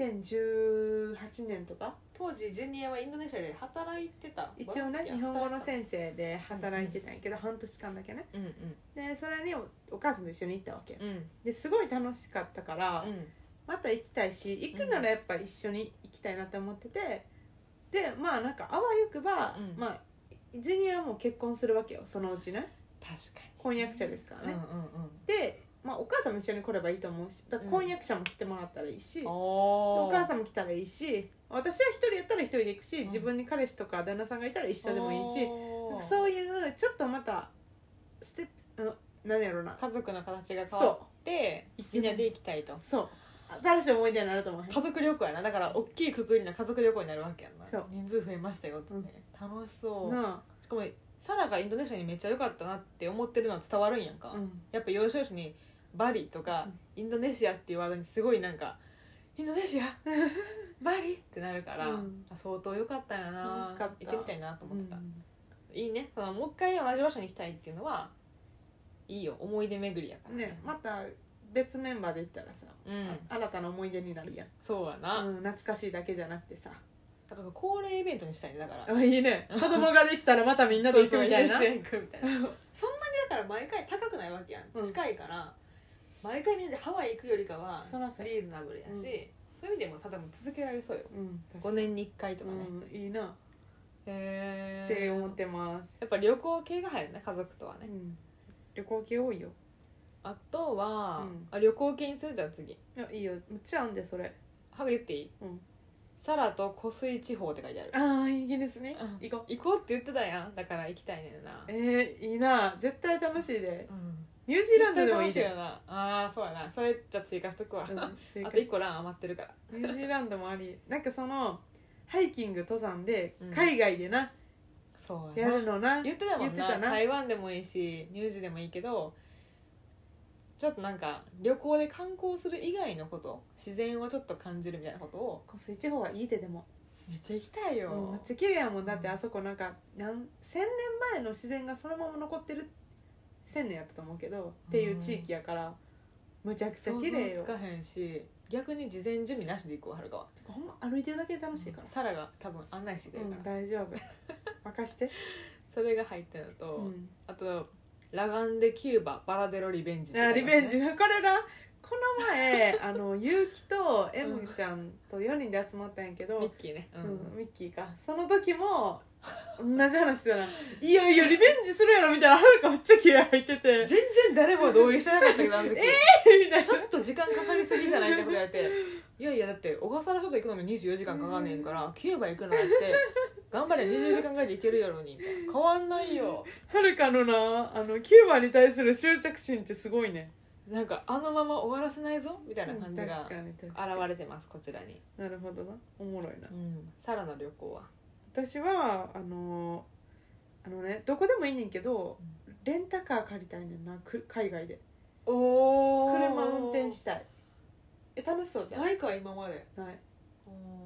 2018年とか。 当時ジュニアはインドネシアで働いてた。 一応ね、日本語の先生で働いてたんやけど、半年間だけね。でそれにお母さんと一緒に行ったわけ。ですごい楽しかったから、また行きたいし、行くならやっぱ一緒に行きたいなって思ってて、でまあなんかあわよくば、まあジュニアも結婚するわけよ、そのうちね。 確かに婚約者ですからね。で、まあ、お母さんも一緒に来ればいいと思うし、だから婚約者も来てもらったらいいし、お母さんも来たらいいし、私は一人やったら一人で行くし、自分に彼氏とか旦那さんがいたら一緒でもいいし、そういうちょっとまたステップ、何やろうな、 家族の形が変わってみんなで行きたいと。 そう、新しい思い出になると思う。 家族旅行やな。だから大きいくくりの家族旅行になるわけやんな。人数増えましたよってね、楽しそうな。しかもサラがインドネシアにめっちゃ良かったなって思ってるのは伝わるんやんか、やっぱ要所要所にバリとか、インドネシアっていうワードにすごいなんかインドネシアバリってなるから、相当良かったんやな、行ってみたいなと思ってた。いいね、そのもう一回同じ場所に行きたいっていうのはいいよ、思い出巡りやからね。また別メンバーで行ったらさ、新たな思い出になるやん。 そうやな、 懐かしいだけじゃなくてさ、 だから恒例イベントにしたいね。だからいいね、子供ができたらまたみんなで行くみたいな。 そんなにだから毎回高くないわけやん、近いから毎回みんなでハワイ行くよりかはリーズナブルやし、そういう意味でもただも続けられそうよ、5年に1回とかね。 いいなって思ってます。 やっぱ旅行系が入るね、家族とはね。 旅行系多いよ。 あとは旅行系にする。じゃあ次。 いいよ、めっちゃあんでそれ。 言っていい？サラと湖水地方って書いてある。 ああ、いいですね。行こうって言ってたやん。だから行きたいねんな。 いいな、絶対楽しいで。ニュージーランドでもいいで。 そうやな、それじゃ追加しとくわ。あと1個欄余ってるから。 ニュージーランドもあり、なんかそのハイキング登山で海外でな、やるのな、 言ってたもんな。台湾でもいいしニュージーでもいいけど、ちょっとなんか旅行で観光する以外のこと、自然をちょっと感じるみたいなことを。 湖水地方はいいで。でもめっちゃ行きたいよ、 めっちゃ綺麗やもん。だってあそこなんか1000年前の自然がそのまま残ってる、1000年やったと思うけど、っていう地域やからむちゃくちゃ綺麗よ。 想像つかへんし、逆に事前準備なしで行こう、はるかは。 ほんま歩いてるだけで楽しいから、 サラが多分案内してくれるから、 大丈夫任してそれが入ってるのと、あとラガンデキューババラデロリベンジってリベンジ、これな、この前ゆうきとエムちゃんと4人で集まったんやけど、 ミッキーね、 ミッキーか、その時も同じ話してたな。いやいやリベンジするやろみたいな、はるかめっちゃ気合入ってて、 全然誰も同意してなかったけど、あの時みたいな、 ちょっと時間かかりすぎじゃないってこと言われて、いやいやだって小笠原諸島行くのに24時間かかんねんから、キューバ行くのだって頑張れ20時間ぐらいで行けるやろにみたいな。変わんないよ。 はるかのな、キューバに対する執着心ってすごいね。 なんかあのまま終わらせないぞみたいな感じが現れてます、こちらに。 なるほどな、おもろいな。 サラの旅行は、 私はね、どこでもいいねんけど、レンタカー借りたいねんな、海外で。車運転したい。楽しそうじゃん。 ないか今まで。 ない。 じゃあ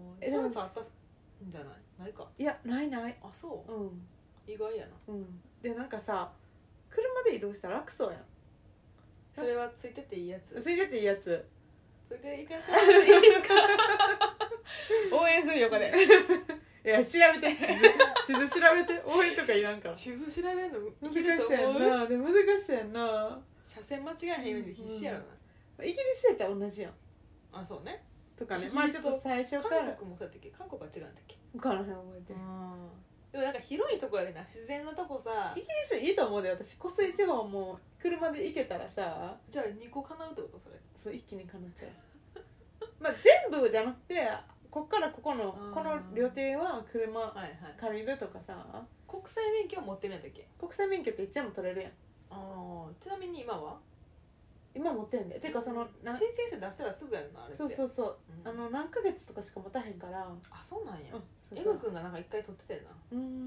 ャンスあったんじゃないか。 いやないない。 あそう、 うん意外やな。 でなんかさ車で移動したら楽そうやん。 それはついてていいやつ。 ついてていいやつ。 それで行かしてもらっていいですか応援する横でいや調べて地図調べて応援とかいらんから。 地図調べんの難しそうやんな。で難しそうやんな。 車線間違えへんように必死やろな、 イギリスやったら同じやん。 あそうね。 とかね。まあちょっと最初から韓国もそうやったっけ。韓国は違うんだっけ。 分からへん覚えて。 でもなんか広いとこやでな、自然のとこさ。 イギリスいいと思うで。私湖水地方も車で行けたらさ。 じゃあ2個叶うってこと。それそう一気に叶っちゃうまあ全部じゃなくてこっからここのこの旅程は車借りるとかさ、 国際免許は持ってるんだっけ。 国際免許っていつでも取れるやん。 ちなみに今は今持ってんで。てかその申請して出したらすぐやんなあれって。 そうそうそう、何ヶ月とかしか持たへんから。 あそうなんや、 そうそう M 君がなんか一回取っててんな。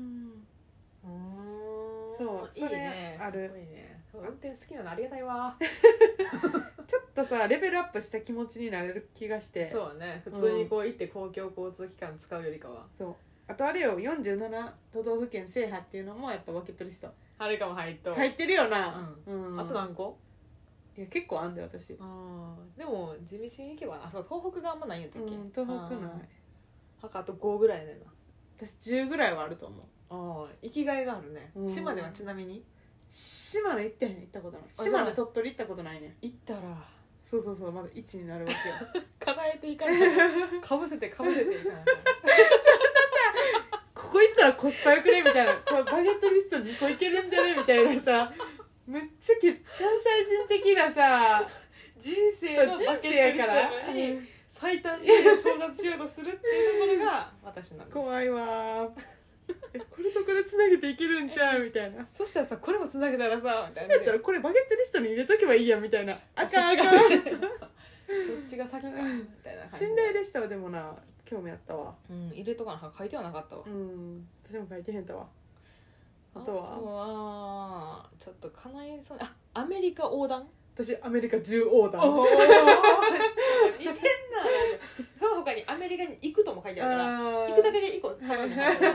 そうそれある。 いいね。運転好きなのありがたいわちょっとさレベルアップした気持ちになれる気がして。 そうね、普通にこう行って公共交通機関使うよりかは。 そうあとあれよ47都道府県制覇っていうのもやっぱバケットリストあれかも入ってるよな。 あと何個。 いや結構あんで私。 でも地道に行けばな。そう東北があんまないんやったっけ。 東北ない。 あと5ぐらいやねんな。 私10ぐらいはあると思う。 生きがいがあるね。島根はちなみに。 島根行ってへん。行ったことない。島根鳥取行ったことないね。 行ったらそうまだ1になるわけよ叶えていかないかぶせていかないそんなさここ行ったらコスパよくねみたいなこれバゲットリスト2個いけるんじゃねみたいなさめっちゃ関西人的なさ人生のバケットリストに最短で到達しようとするっていうところが私なんです。 怖いわこれとこれつなげていけるんちゃうみたいな。 そしたらさこれもつなげたらさみたいな。 そうやったらこれバゲットリストに入れとけばいいやみたいな。あかんどっちが先かみたいな感じ。 寝台列車はでもな興味あったわ。 入れとかな書いてはなかったわ。 私も書いてへんたわ。あとはちょっと叶えそうに。アメリカ横断。 私アメリカ縦横断。 似てんな。その他にアメリカに行くとも書いてあるから行くだけで行こう。 そうね。ずれないそれ。てか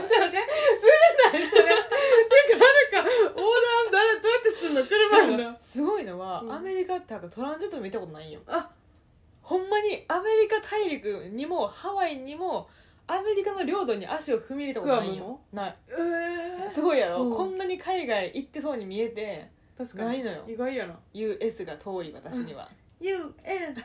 横断どうやってすんの車の。 すごいのは、アメリカってトランジット見たことないよ。ほんまにアメリカ大陸にもハワイにもアメリカの領土に足を踏み入れたことないよ。ない。すごいやろ、こんなに海外行ってそうに見えて確かにないのよ。 意外やな。 US が遠い私には。 USA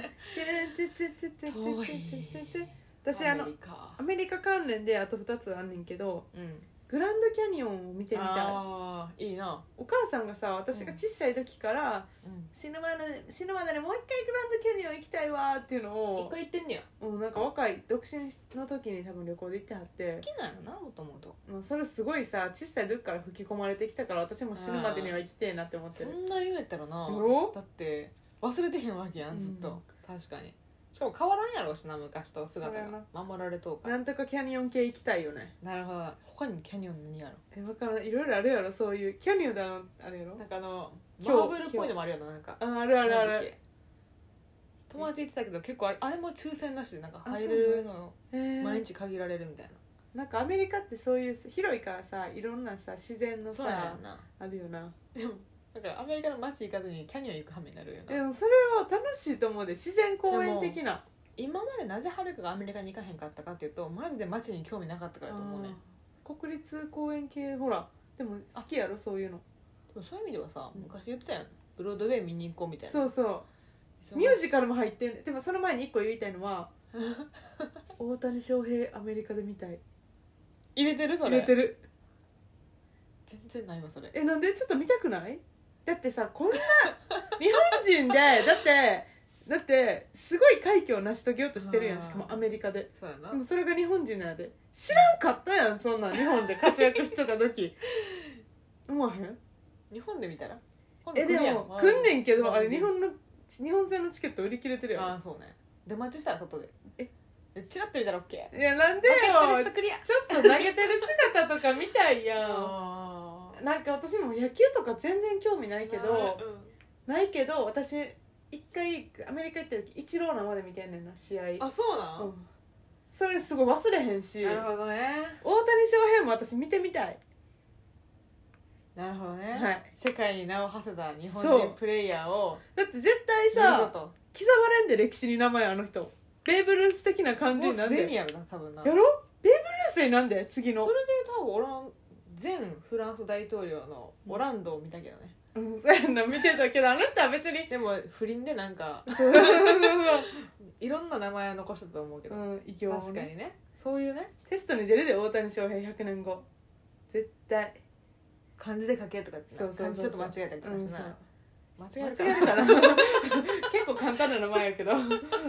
遠い。 私アメリカ関連であと2つあんねんけど、グランドキャニオンを見てみたい。いいな。 お母さんがさ私が小さい時から、死ぬまでにもう一回グランドキャニオン行きたいわっていうのを一回行ってんねや。 なんか若い独身の時に多分旅行で行ってはって。 好きなんやなもともと。 それすごいさ小さい時から吹き込まれてきたから私も死ぬまでには生きてえなって思ってる。 そんな言うやったらな。だって忘れてへんわけやんずっと。確かに。しかも変わらんやろうしな昔と姿が守られとうから。 なんとかキャニオン系行きたいよね。 なるほど。他にキャニオン何やろ。 分からん。いろいろあるやろそういうキャニオンだのあれやろ。 なんかマーブルっぽいのもあるよな。なんかあるあるある。 友達言ってたけど結構あれも抽選なしでなんか入るの毎日限られるみたいな。 なんかアメリカってそういう広いからさいろんなさ自然のさあるよな。 でもなんかアメリカの街行かずにキャニオン行く羽目になるよな。 でもそれは楽しいと思うで。自然公園的な。 今までなぜはるかがアメリカに行かへんかったかっていうとマジで街に興味なかったからと思うね。 国立公園系ほらでも好きやろそういうの。 でもそういう意味ではさ昔言ってたよね。ブロードウェイ見に行こうみたいな。 そうミュージカルも入ってん。でもその前に1個言いたいのは大谷翔平アメリカで見たい。 入れてるそれ。 入れてる。 全然ないわそれ。 なんでちょっと見たくない？だってさこんな日本人でだってすごい快挙を成し遂げようとしてるやん。しかもアメリカで。 そうやな。 でもそれが日本人なんやで。知らんかったやんそんなん日本で活躍してた時思わへん？ 日本で見たらでも来んねんけどあれ日本戦のチケット売り切れてるやん。 ああそうね。出待ちしたら外でチラッと見たら OK。 いやなんでよ。ちょっと投げてる姿とか見たいやん。なんか私も野球とか全然興味ないけど、私一回アメリカ行った時イチロー生で見てんねんな試合。 あそうなん、 それすごい忘れへんし、 なるほどね。 大谷翔平も私見てみたい。 なるほどね、 はい、 世界に名を馳せた日本人プレイヤーをだって絶対さ刻まれんで歴史に名前あの人ベーブ・ルース的な感じになんでもうすでにやるな多分な。 やろベーブ・ルースになんで次のそれで多分前フランス大統領のオランドを見たけどね、 そうやな見てたけどあの人は別にでも不倫でなんかいろんな名前は残してたと思うけど、 異業をね、 確かにねそういうねテストに出るで大谷翔平100年後絶対漢字で書けとかってそう漢字ちょっと間違えたりとかしてな、 間違えるかな結構簡単な名前やけど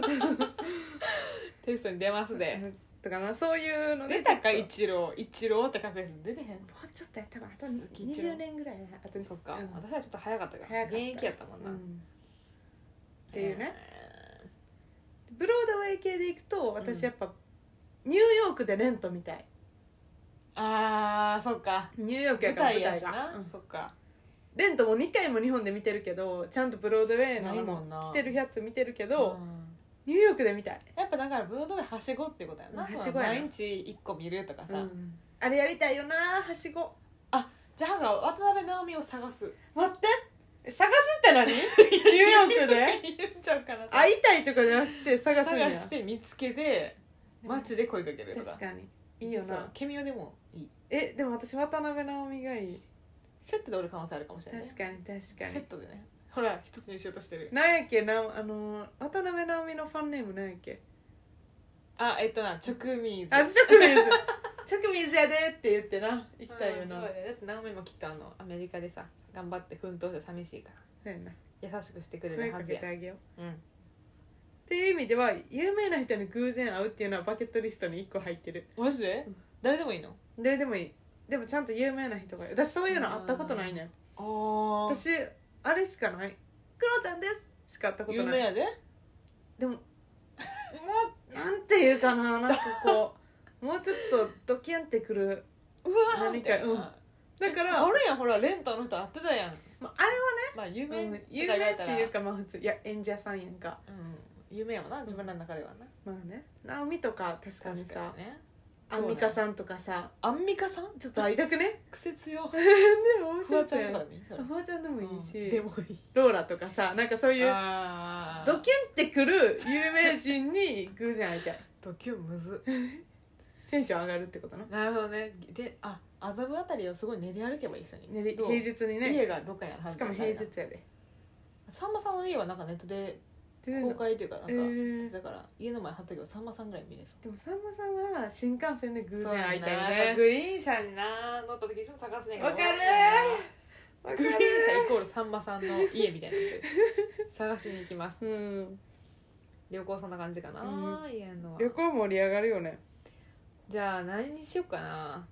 テストに出ますでとかなそういうので出たか一郎って書くやつ出てへん。もうちょっとやったかなあと20年ぐらいあとそっか、私はちょっと早かったから現役やったもんな、 っていうね、ブロードウェイ系でいくと私やっぱ、ニューヨークでレントみたい。 あーそっかニューヨークやから舞台やしな、そっかレントも2回も日本で見てるけどちゃんとブロードウェイの着てるやつ見てるけど、ニューヨークで見たい。 やっぱだからブロードウェイはしごってことやな、はしごやな毎日1個見るとかさ、 あれやりたいよなはしご。 あじゃあ渡辺直美を探す。 待って探すって何ニューヨークで言っちゃうかな会いたいとかじゃなくて探すんや。 探して見つけて街で声かけるとか。 確かにいいよな。 ケミオでもいい。 でも私渡辺直美がいい。 セットでおる可能性あるかもしれない、ね、 確かに確かにセットでねほら一つにしようとしてる。 なんやっけ渡辺直美のファンネームなんやっけ。 直水。 直水直水やでって言ってな行きたいよな、 だって直美もきっとアメリカでさ頑張って奮闘して寂しいからそうやな優しくしてくれるはずや。 声かけてあげよう、っていう意味では有名な人に偶然会うっていうのはバケットリストに1個入ってる。 マジで、誰でもいいの？ 誰でもいい。でもちゃんと有名な人が私そういうの会ったことないねん。私あれしかない。クロちゃんですしか会ったことない。 有名やで。 でももうなんていうかななんかこうもうちょっとドキュンってくるうわー何かだからあれやんほらレンタの人会ってたやん。 あれはねまあ有名有名っていうかまあ普通いや演者さんやんか、 有名やもんな自分らの中ではな。 まあね直美とか確かにさねアンミカさんとかさアンミカさんちょっと会いたくね癖強でもフワちゃんとかでもいいフワちゃんでもいいしでもいいローラとかさなんかそういうドキュンってくる有名人に偶然会いたい。 ドキュンむずテンション上がるってことな。 なるほどね。で麻布あたりをすごい練り歩けば一緒に平日にね家がどっかにあるはずしかも平日やで。 さんまさんの家はなんかネットで公開というかなんか、だから家の前貼ったけどさんまさんぐらい見れそう。 でもさんまさんは新幹線で偶然会いたいね。 グリーン車にな乗った時一緒に探すねんけどわかるグリーン車イコールさんまさんの家みたいな探しに行きます。旅行そんな感じかな、家のは。 旅行盛り上がるよね。 じゃあ何にしようかな。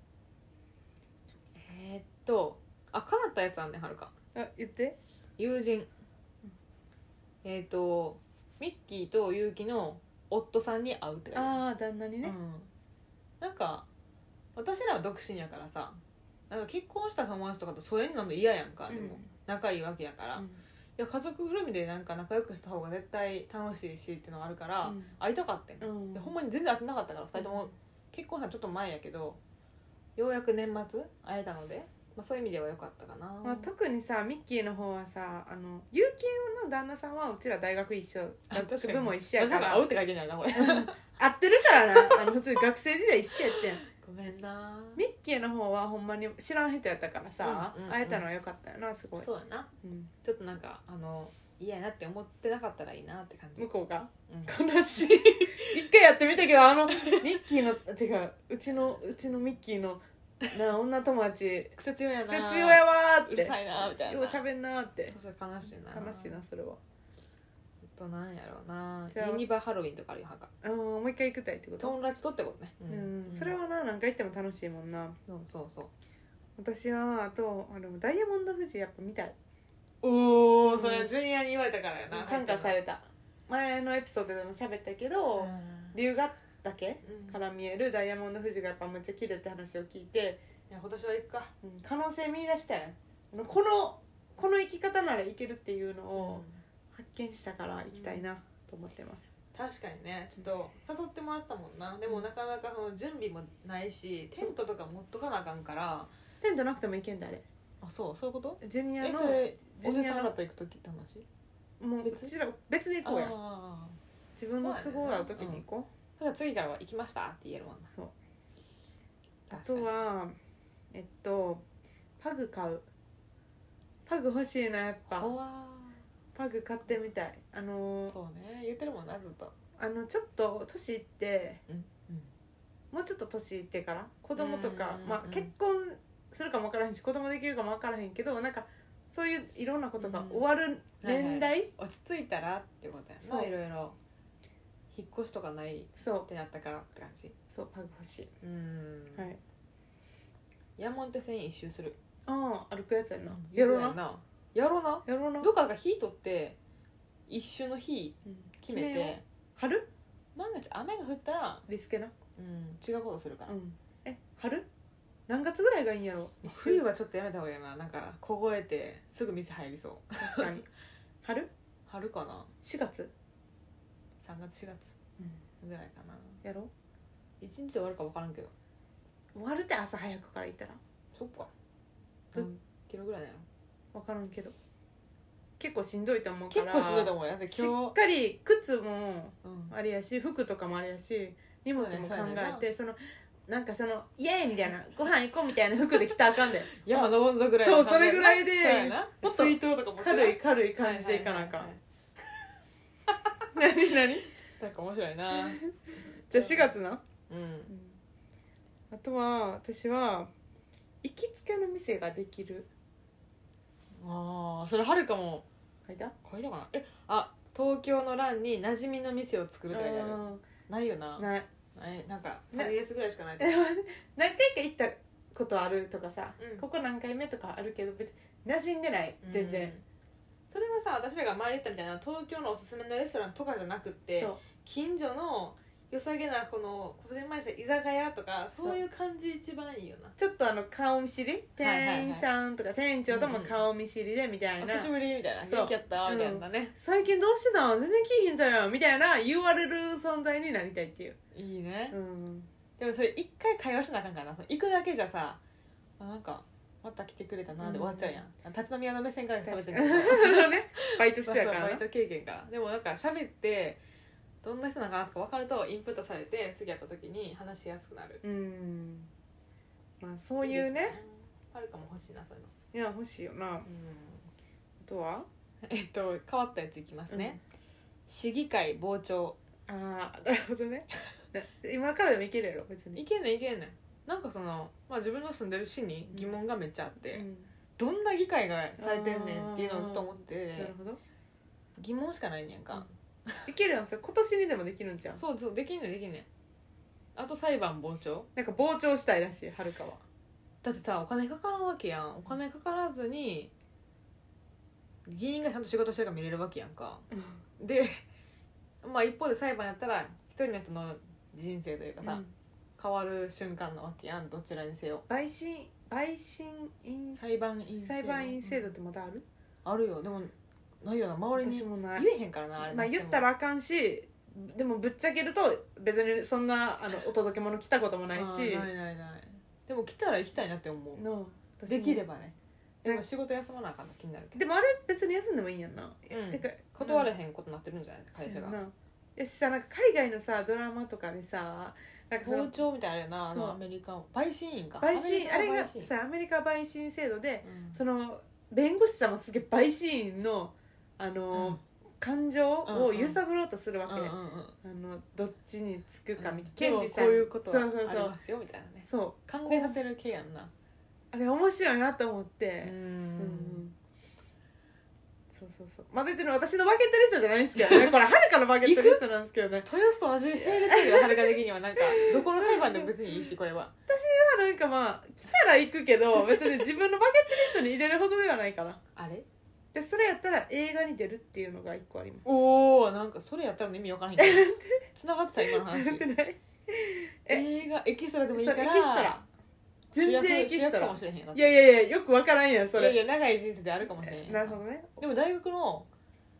叶ったやつあんねんはるか。 言って友人ミッキーと結城の夫さんに会うって感じ。 旦那にね、 なんか私らは独身やからさなんか結婚した友達とかと疎遠になるの嫌やんか。でも仲いいわけやから、いや家族ぐるみでなんか仲良くした方が絶対楽しいしっていうのがあるから、会いたかったん、でほんまに全然会ってなかったから2人とも結婚したちょっと前やけどようやく年末会えたので、そういう意味では良かったかな。 特にさミッキーの方はさ結城の旦那さんはうちら大学一緒学部も一緒やから会うって書いてんやろなこれ会ってるからな普通に学生時代一緒やってんごめんな。 ミッキーの方はほんまに知らん人やったからさ、会えたのは良かったよなすごい。 そうやな、ちょっとなんか嫌やなって思ってなかったらいいなって感じ。 向こうが、悲しい一回やってみたけどミッキーのてかうちのミッキーの女友達癖強やな癖強やわーってうるさいなみたいなようしゃべんなーってそう悲しいな悲しいなそれは。 なんやろうなユニバハロウィンとかあるよはかもう一回行きたいってこと。 友達とってことね。 それはな何回行っても楽しいもんな。 そう私はあとダイヤモンド富士やっぱ見たい。 おそれジュニアに言われたからやな。 感化された。前のエピソードでも喋ったけど龍ヶ岳から見えるダイヤモンド富士がやっぱめっちゃ綺麗って話を聞いて、 今年は行くか。 可能性見出したよ。この生き方ならいけるっていうのを発見したから行きたいなと思ってます。 確かにねちょっと誘ってもらってたもんな。でもなかなかその準備もないしテントとか持っとかなあかんから。 テントなくても行けんだあれ。 あそういうこと？ ジュニアのそれおじさんらと行く時って話？ もううちら別で行こうや。自分の都合が合う時に行こう。 だから次からは行きましたって言えるもんな。 そう。あとはパグ買う。パグ欲しいなやっぱ。パグ買ってみたい。 そうね言ってるもんなずっと。 ちょっと年いって、 うんもうちょっと年いってから子供とか、結婚するかも分からへんし子供できるかも分からへんけどなんかそういういろんなことが終わる年代、 落ち着いたらってことやな。いろいろ引っ越しとかないってなったからって感じ。 そうパグ欲しい。はい。 山手線一周する。 歩くやつやな。 やろうな。やろうな。どっかが日取って一周の日決めて。 春？ 万が一雨が降ったらリスケな。 違うことするから。 春？何月ぐらいがいいんやろ。 冬はちょっとやめた方がいいな。なんか凍えてすぐ店入りそう。 確かに。 春かな。 4月 3月4月ぐらいかな。 やろ 1日で終わるか分からんけど。 終わるって朝早くから行ったら。 そっか。何キロぐらいなの分からんけど結構しんどいと思うから。 結構しんどいと思うよ。 しっかり靴もあれやし、服とかもあれやし荷物も考えてなんかイエーイみたいなご飯行こうみたいな服で着たらあかんで山登んぞぐらいそうそれぐらいでもっと水筒とかも軽い感じでいかなあかん。何なんか面白いな。 じゃあ4月な。あとは私は行きつけの店ができる。 それはるかも書いたかな。東京の欄に馴染みの店を作るって書いてある。ないよな。 ないなんかファミレスぐらいしかない。 何回か行ったことあるとかさ、ここ何回目とかあるけど別に馴染んでない全然。 それはさ私らが前言ったみたいな東京のおすすめのレストランとかじゃなくって近所の良さげなこのこじんまりした居酒屋とかそういう感じ一番いいよな。 ちょっと顔見知り店員さんとか店長とも顔見知りでみたいな、 お久しぶりみたいな元気やったみたいなね、 最近どうしてたん全然来いひんだよみたいな言われる存在になりたいっていう。 いいね、でもそれ一回会話しなあかんからな。行くだけじゃさなんかまた来てくれたなで終わっちゃうやん、立ち飲み屋の目線から食べてるねバイトしてやからな。 バイト経験から。でもなんか喋ってどんな人なのかなとか分かるとインプットされて次やった時に話しやすくなる。 まあそういうね。 あるかも欲しいなそういうの。 いや欲しいよな。あとは変わったやついきますね、市議会傍聴。 なるほどね。今からでもいけるやろ別に。 いけんねん。なんか自分の住んでる市に疑問がめっちゃあって、どんな議会がされてんねんっていうのをずっと思って。 なるほど。 疑問しかないねんか、 できるんですよ。今年にでもできるんじゃん。 そうできんねん。あと裁判傍聴なんか傍聴したいらしいはるかは。 だってさお金かからんわけやん。お金かからずに議員がちゃんと仕事してるから見れるわけやんか、で一方で裁判やったら一人の人の人生というかさ、変わる瞬間なわけやん。どちらにせよ裁判員制度ってまだある？ あるよ。でもないよな周りに言えへんからな。あれ言ったらあかんし、でもぶっちゃけると別にそんなお届け物来たこともないし。 ないでも来たら行きたいなって思う。できればね。でも仕事休まなあかんの気になるけど。 でもあれ別に休んでもいいんやんな。てか断れへんことになってるんじゃない会社が。 よしさなんか海外のさドラマとかでさ傍聴みたいなあれなアメリカ陪審員かあれがさアメリカ陪審制度で、弁護士さんもすげえ陪審員の感情を揺さぶろうとするわけ。どっちにつくかみたいな。検事さんこういうことはありますよみたいなね。考えさせる系やんな。 あれ面白いなと思って。そう別に私のバケットリストじゃないんですけどね。これはるかのバケットリストなんですけどね。 豊洲と同じ並列よはるか的には。なんかどこの裁判でも別にいいしこれは。 私はなんか来たら行くけど別に自分のバケットリストに入れるほどではないかな。 あれでそれやったら映画に出るっていうのが一個あります。 なんかそれやったら意味わからへんけど繋がってた今の話。映画エキストラでもいいから。エキストラ全然エキストラかもしれへん。いやよくわからんやんそれ。 いや長い人生であるかもしれへん。 なるほどね。 でも大学の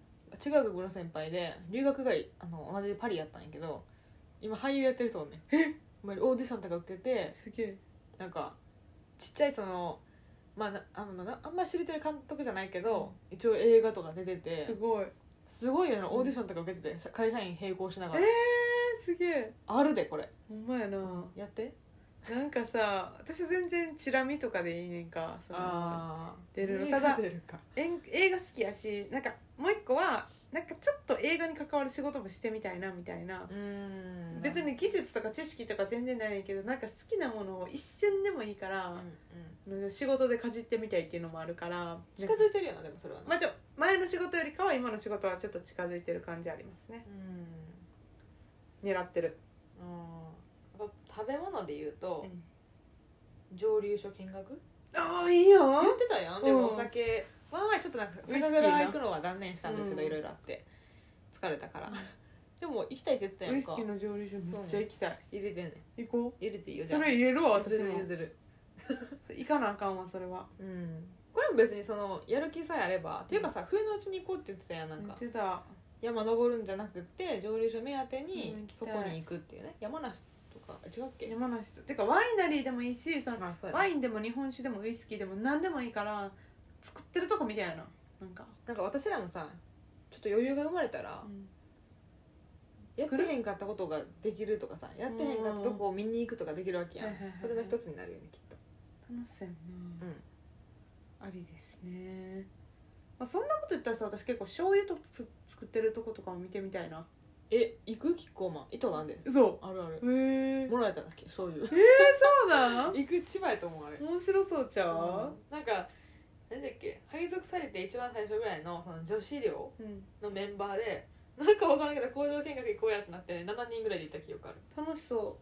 違う学部の先輩で留学が同じパリやったんやけど今俳優やってる人おんねん。オーディションとか受けてすげえ。 なんかちっちゃいまああんまり知れてる監督じゃないけど、一応映画とか出ててすごいオーディションとか受けてて会社員並行しながら、 すげえ。 あるでこれほんまやな。 やってなんかさ、私全然チラ見とかでいいねんか、出るの。ただ映画好きやし、なんかもう一個はなんかちょっと映画に関わる仕事もしてみたいなみたいな。別に技術とか知識とか全然ないけど、なんか好きなものを一瞬でもいいから、仕事でかじってみたいっていうのもあるから。 近づいてるよな。でもそれはね、 前の仕事よりかは今の仕事はちょっと近づいてる感じありますね。狙ってる。 食べ物で言うと、蒸留所見学ああいいよ。 言ってたやん。でもお酒前ちょっとなんか酒蔵行くのは断念したんですけど、いろいろあって疲れたから。でも行きたいって言ってたやんか。 ウイスキーの蒸留所めっちゃ行きたい。 入れてんねん。 行こう。 入れていいよ。 それ入れるわ。私も譲る行かなあかんわそれは。 これも別にやる気さえあればっていうかさ、冬のうちに行こうって言ってたやん。なんか言ってた。 山登るんじゃなくて蒸留所目当てにそこに行くっていうね。山梨とか違うっけ。 山梨とてかワイナリーでもいいし、ワインでも日本酒でもウイスキーでも何でもいいから作ってるとこみたいな。なんか私らもさちょっと余裕が生まれたら、やってへんかったことができるとかさ、やってへんかったとこを見に行くとかできるわけやん。それが一つになるよねきっと。 楽しそうやな。ありですね。そんなこと言ったらさ、私結構醤油と作ってるとことかも見てみたいな。 行くキッコーマン糸なんで。 そうあるある。 もらえたんだっけ醤油。 そうだ。 行く千葉やと思うあれ。 面白そうちゃう。 なんかなんだっけ、配属されて一番最初ぐらいの女子寮のメンバーで、なんか分からんけど工場見学行こうやってなってね、7人ぐらいで行った記憶ある。 楽しそう。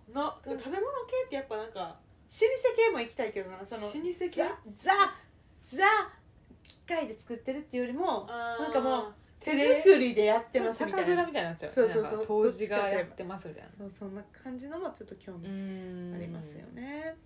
食べ物系ってやっぱなんか老舗系も行きたいけどな。 老舗系ザ機械で作ってるっていうよりもなんかもう手作りでやってますみたいな。 酒蔵みたいになっちゃう。 そう杜氏がやってますみたいな。 そんな感じのもちょっと興味ありますよね。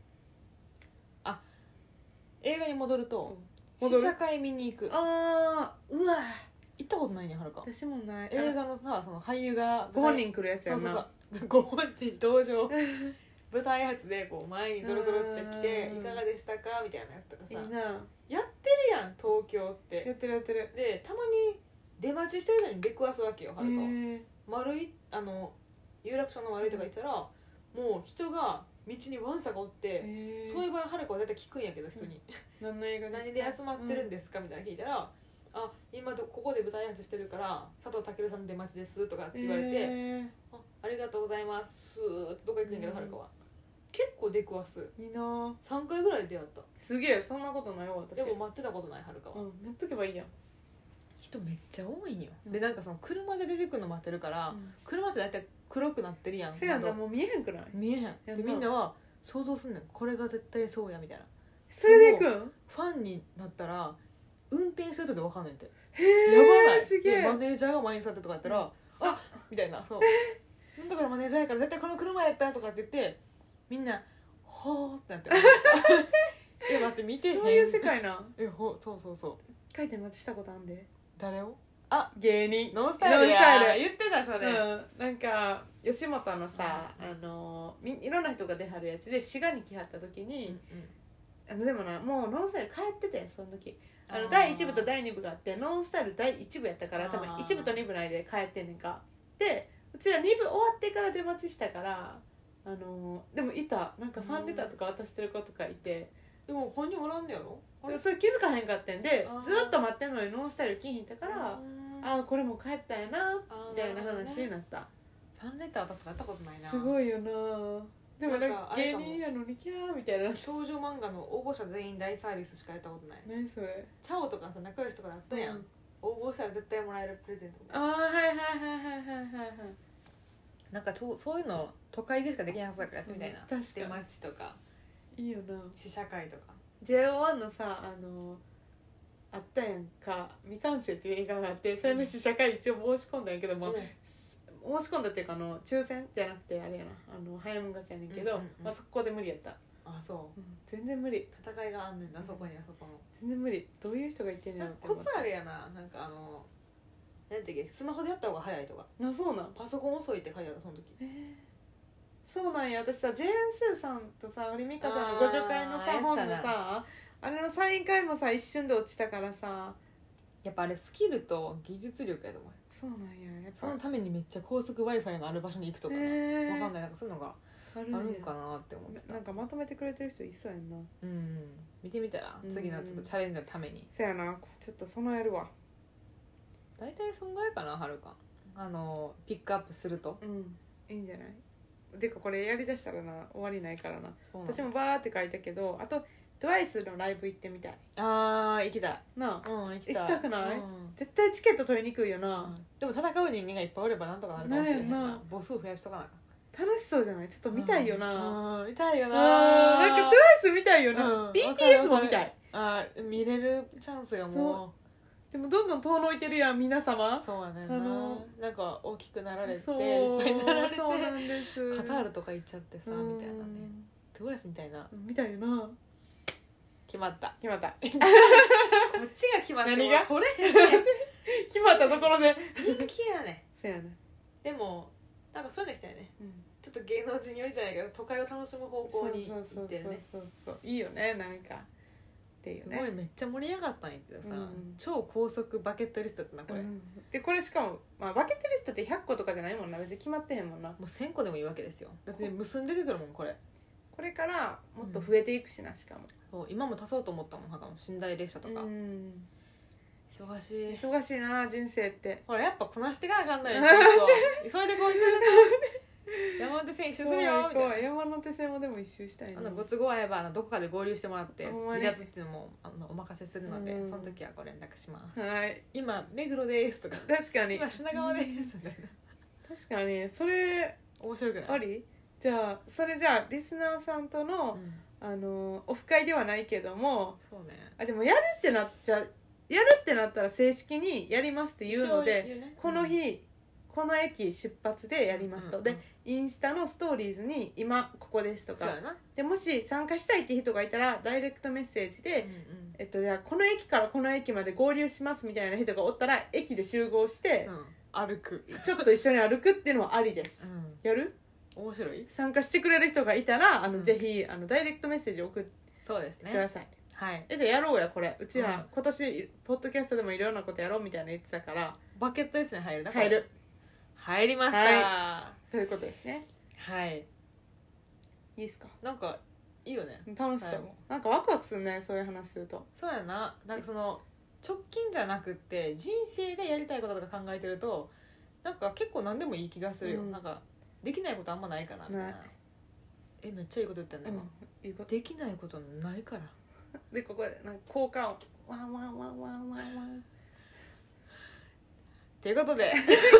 映画に戻ると試写会見に行く。うわ行ったことないねはるか。 私もない。 映画のさ、その俳優がご本人来るやつやな。 そうご本人登場舞台挨拶でこう前にゾロゾロって来ていかがでしたかみたいなやつとかさ、 いいな。 やってるやん東京って。 やってるでたまに出待ちしてるのに出くわすわけよはるか。丸い有楽町の丸いとか行ったら、もう人が道にワンサがおって、そういう場合はるかは絶対聞くんやけど人に、 何の映画ですか、 何で集まってるんですかみたいな聞いたら、今ここで舞台挨拶してるから佐藤健さんの出待ちですとかって言われて、ありがとうございますってどこ行くんやけどはるかは結構出くわす。 いいな。 3回ぐらい出会った。 すげえ。そんなことないわ私。 でも待ってたことないはるかは。 待っとけばいいやん。 人めっちゃ多いんよ。でなんかその車で出てくるの待ってるから、車って大体黒くなってるやん。 せやな、もう見えへんくない？ 見えへん。でみんなは想像すんねん、これが絶対そうやみたいな。 それで行くん？ ファンになったら運転してるとで分かんねんて。 へえ。 やばない。 すげえ。 マネージャーが前に座ってとかやったら、みたいな。そうだからマネージャーやから絶対この車やったとかって言ってみんなほーってなって待って見てへん。 そういう世界な。 そう一回で待ちしたことあんで。 誰を？ 芸人ノンスタイルや言ってたそれ。 なんか吉本のさ、いろんな人が出はるやつで滋賀に来はった時に、でもなもうノンスタイル帰っててその時第1部と第2部があって、ノンスタイル第1部やったから多分1部と2部内で帰ってんねんか。でうちら2部終わってから出待ちしたから、でもいたなんかファンレターとか渡してる子とかいて、 でも本人おらんねやろ。 それ気づかへんかってんで、ずっと待ってんのにノンスタイル来ひんたから、これもう帰ったんやなみたいな話になった。 ファンレター渡すとかやったことないな。 すごいよな。でもなんか芸人やのにキャーみたいな。 少女漫画の応募者全員大サービスしかやったことない。 何それ？ チャオとかさ仲良しとかだったやん、応募したら絶対もらえるプレゼント。 はいなんかそういうの都会でしかできなそうだからやってみたいな。 確かに出待ちとかいいよな。 試写会とか JO1 のさあったやんか、未完成っていう映画があって、それの試写会一応申し込んだんやけども、申し込んだっていうか抽選じゃなくてあれやな、早いもん勝ちやねんけど、そこで無理やった。 そう、 全然無理。 戦いがあんねんな、そこにはそこの。 全然無理。どういう人がいてんねんってコツあるやな。なんか何ていうっけスマホでやった方が早いとかあそうなんパソコン遅いって書いてあったその時そうなんや私さジェーン・スーさんとさ堀美香さんのご助会のさ本のさあれのサイン会もさ一瞬で落ちたからさやっぱあれスキルと技術力やと思うそうなんややっぱそのためにめっちゃ高速 Wi-Fi のある場所に行くとかな、分かんないなんかそういうのがあるんかなって思ってたなんかまとめてくれてる人いそうやんな見てみたら次のちょっとチャレンジのためにそやなちょっと備えるわ大体そんぐらいかなはるかピックアップするといいんじゃないてかこれやりだしたらな終わりないからな私もバーって書いたけどあとTWICEのライブ行ってみたい行きたいなあ、 行きたくない、絶対チケット取りにくいよな、 でも戦う人間がいっぱいおればなんとかなるかもしれへんな母数増やしとかなあ楽しそうじゃないちょっと見たいよな、 見たいよななんか TWICE 見たいよな、BTS も見たい見れるチャンスよもうでもどんどん遠のいてるやん皆様そうやねなんか大きくなられていっぱいになられてそうなんですカタールとか行っちゃってさみたいなねTWICEみたいな見たいよな決まったこっちが決まった何が取れへんね決まったところで人気やねそうやなでもなんかそういうのきたいね、ちょっと芸能人寄りじゃないけど都会を楽しむ方向に行ってるねそういいよねなんかっていうねすごいめっちゃ盛り上がったんやけどさ、超高速バケットリストってなこれ、 でこれしかも、バケットリストって100個とかじゃないもんな別に決まってへんもんなもう1000個でもいいわけですよ別に結んで出てくるもんこれからもっと増えていくしなしかもそう今も足そうと思ったもん寝台列車とか忙しいな人生ってほらやっぱこなしていかなあかんのよ急いでこう急いで山手線一周するよみたいな山手線もでも一周したいなご都合合えばどこかで合流してもらって離脱っていうのもお任せするのでその時はご連絡します今目黒ですとか確かに今品川ですみたいな確かにそれ面白くないありじゃあリスナーさんとのオフ会ではないけどもそうねでもやるってなったら正式にやりますって言うのでこの日この駅出発でやりますとでインスタのストーリーズに今ここですとかでもし参加したいって人がいたらダイレクトメッセージでじゃあこの駅からこの駅まで合流しますみたいな人がおったら駅で集合して歩くちょっと一緒に歩くっていうのはありですやる面白い参加してくれる人がいたらぜひダイレクトメッセージ送ってくださいはいじゃあやろうやこれうちら今年ポッドキャストでもいろんなことやろうみたいな言ってたからバケットですね入りました、 ということですねはいいいっすかなんかいいよね楽しそうなんかワクワクするねそういう話するとそうやななんかその直近じゃなくって人生でやりたいこととか考えてるとなんか結構何でもいい気がするよ、なんかできないことあんまないかなみたいなめっちゃいいこと言ったんだ今、できないことないからでここでなんか効果音ワンワンワンワンワンワンということで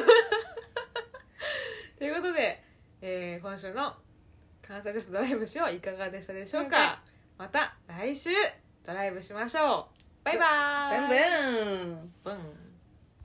今週の関西女子ドライブショーいかがでしたでしょうか。また来週ドライブしましょう。バイバーイ。 バンバン。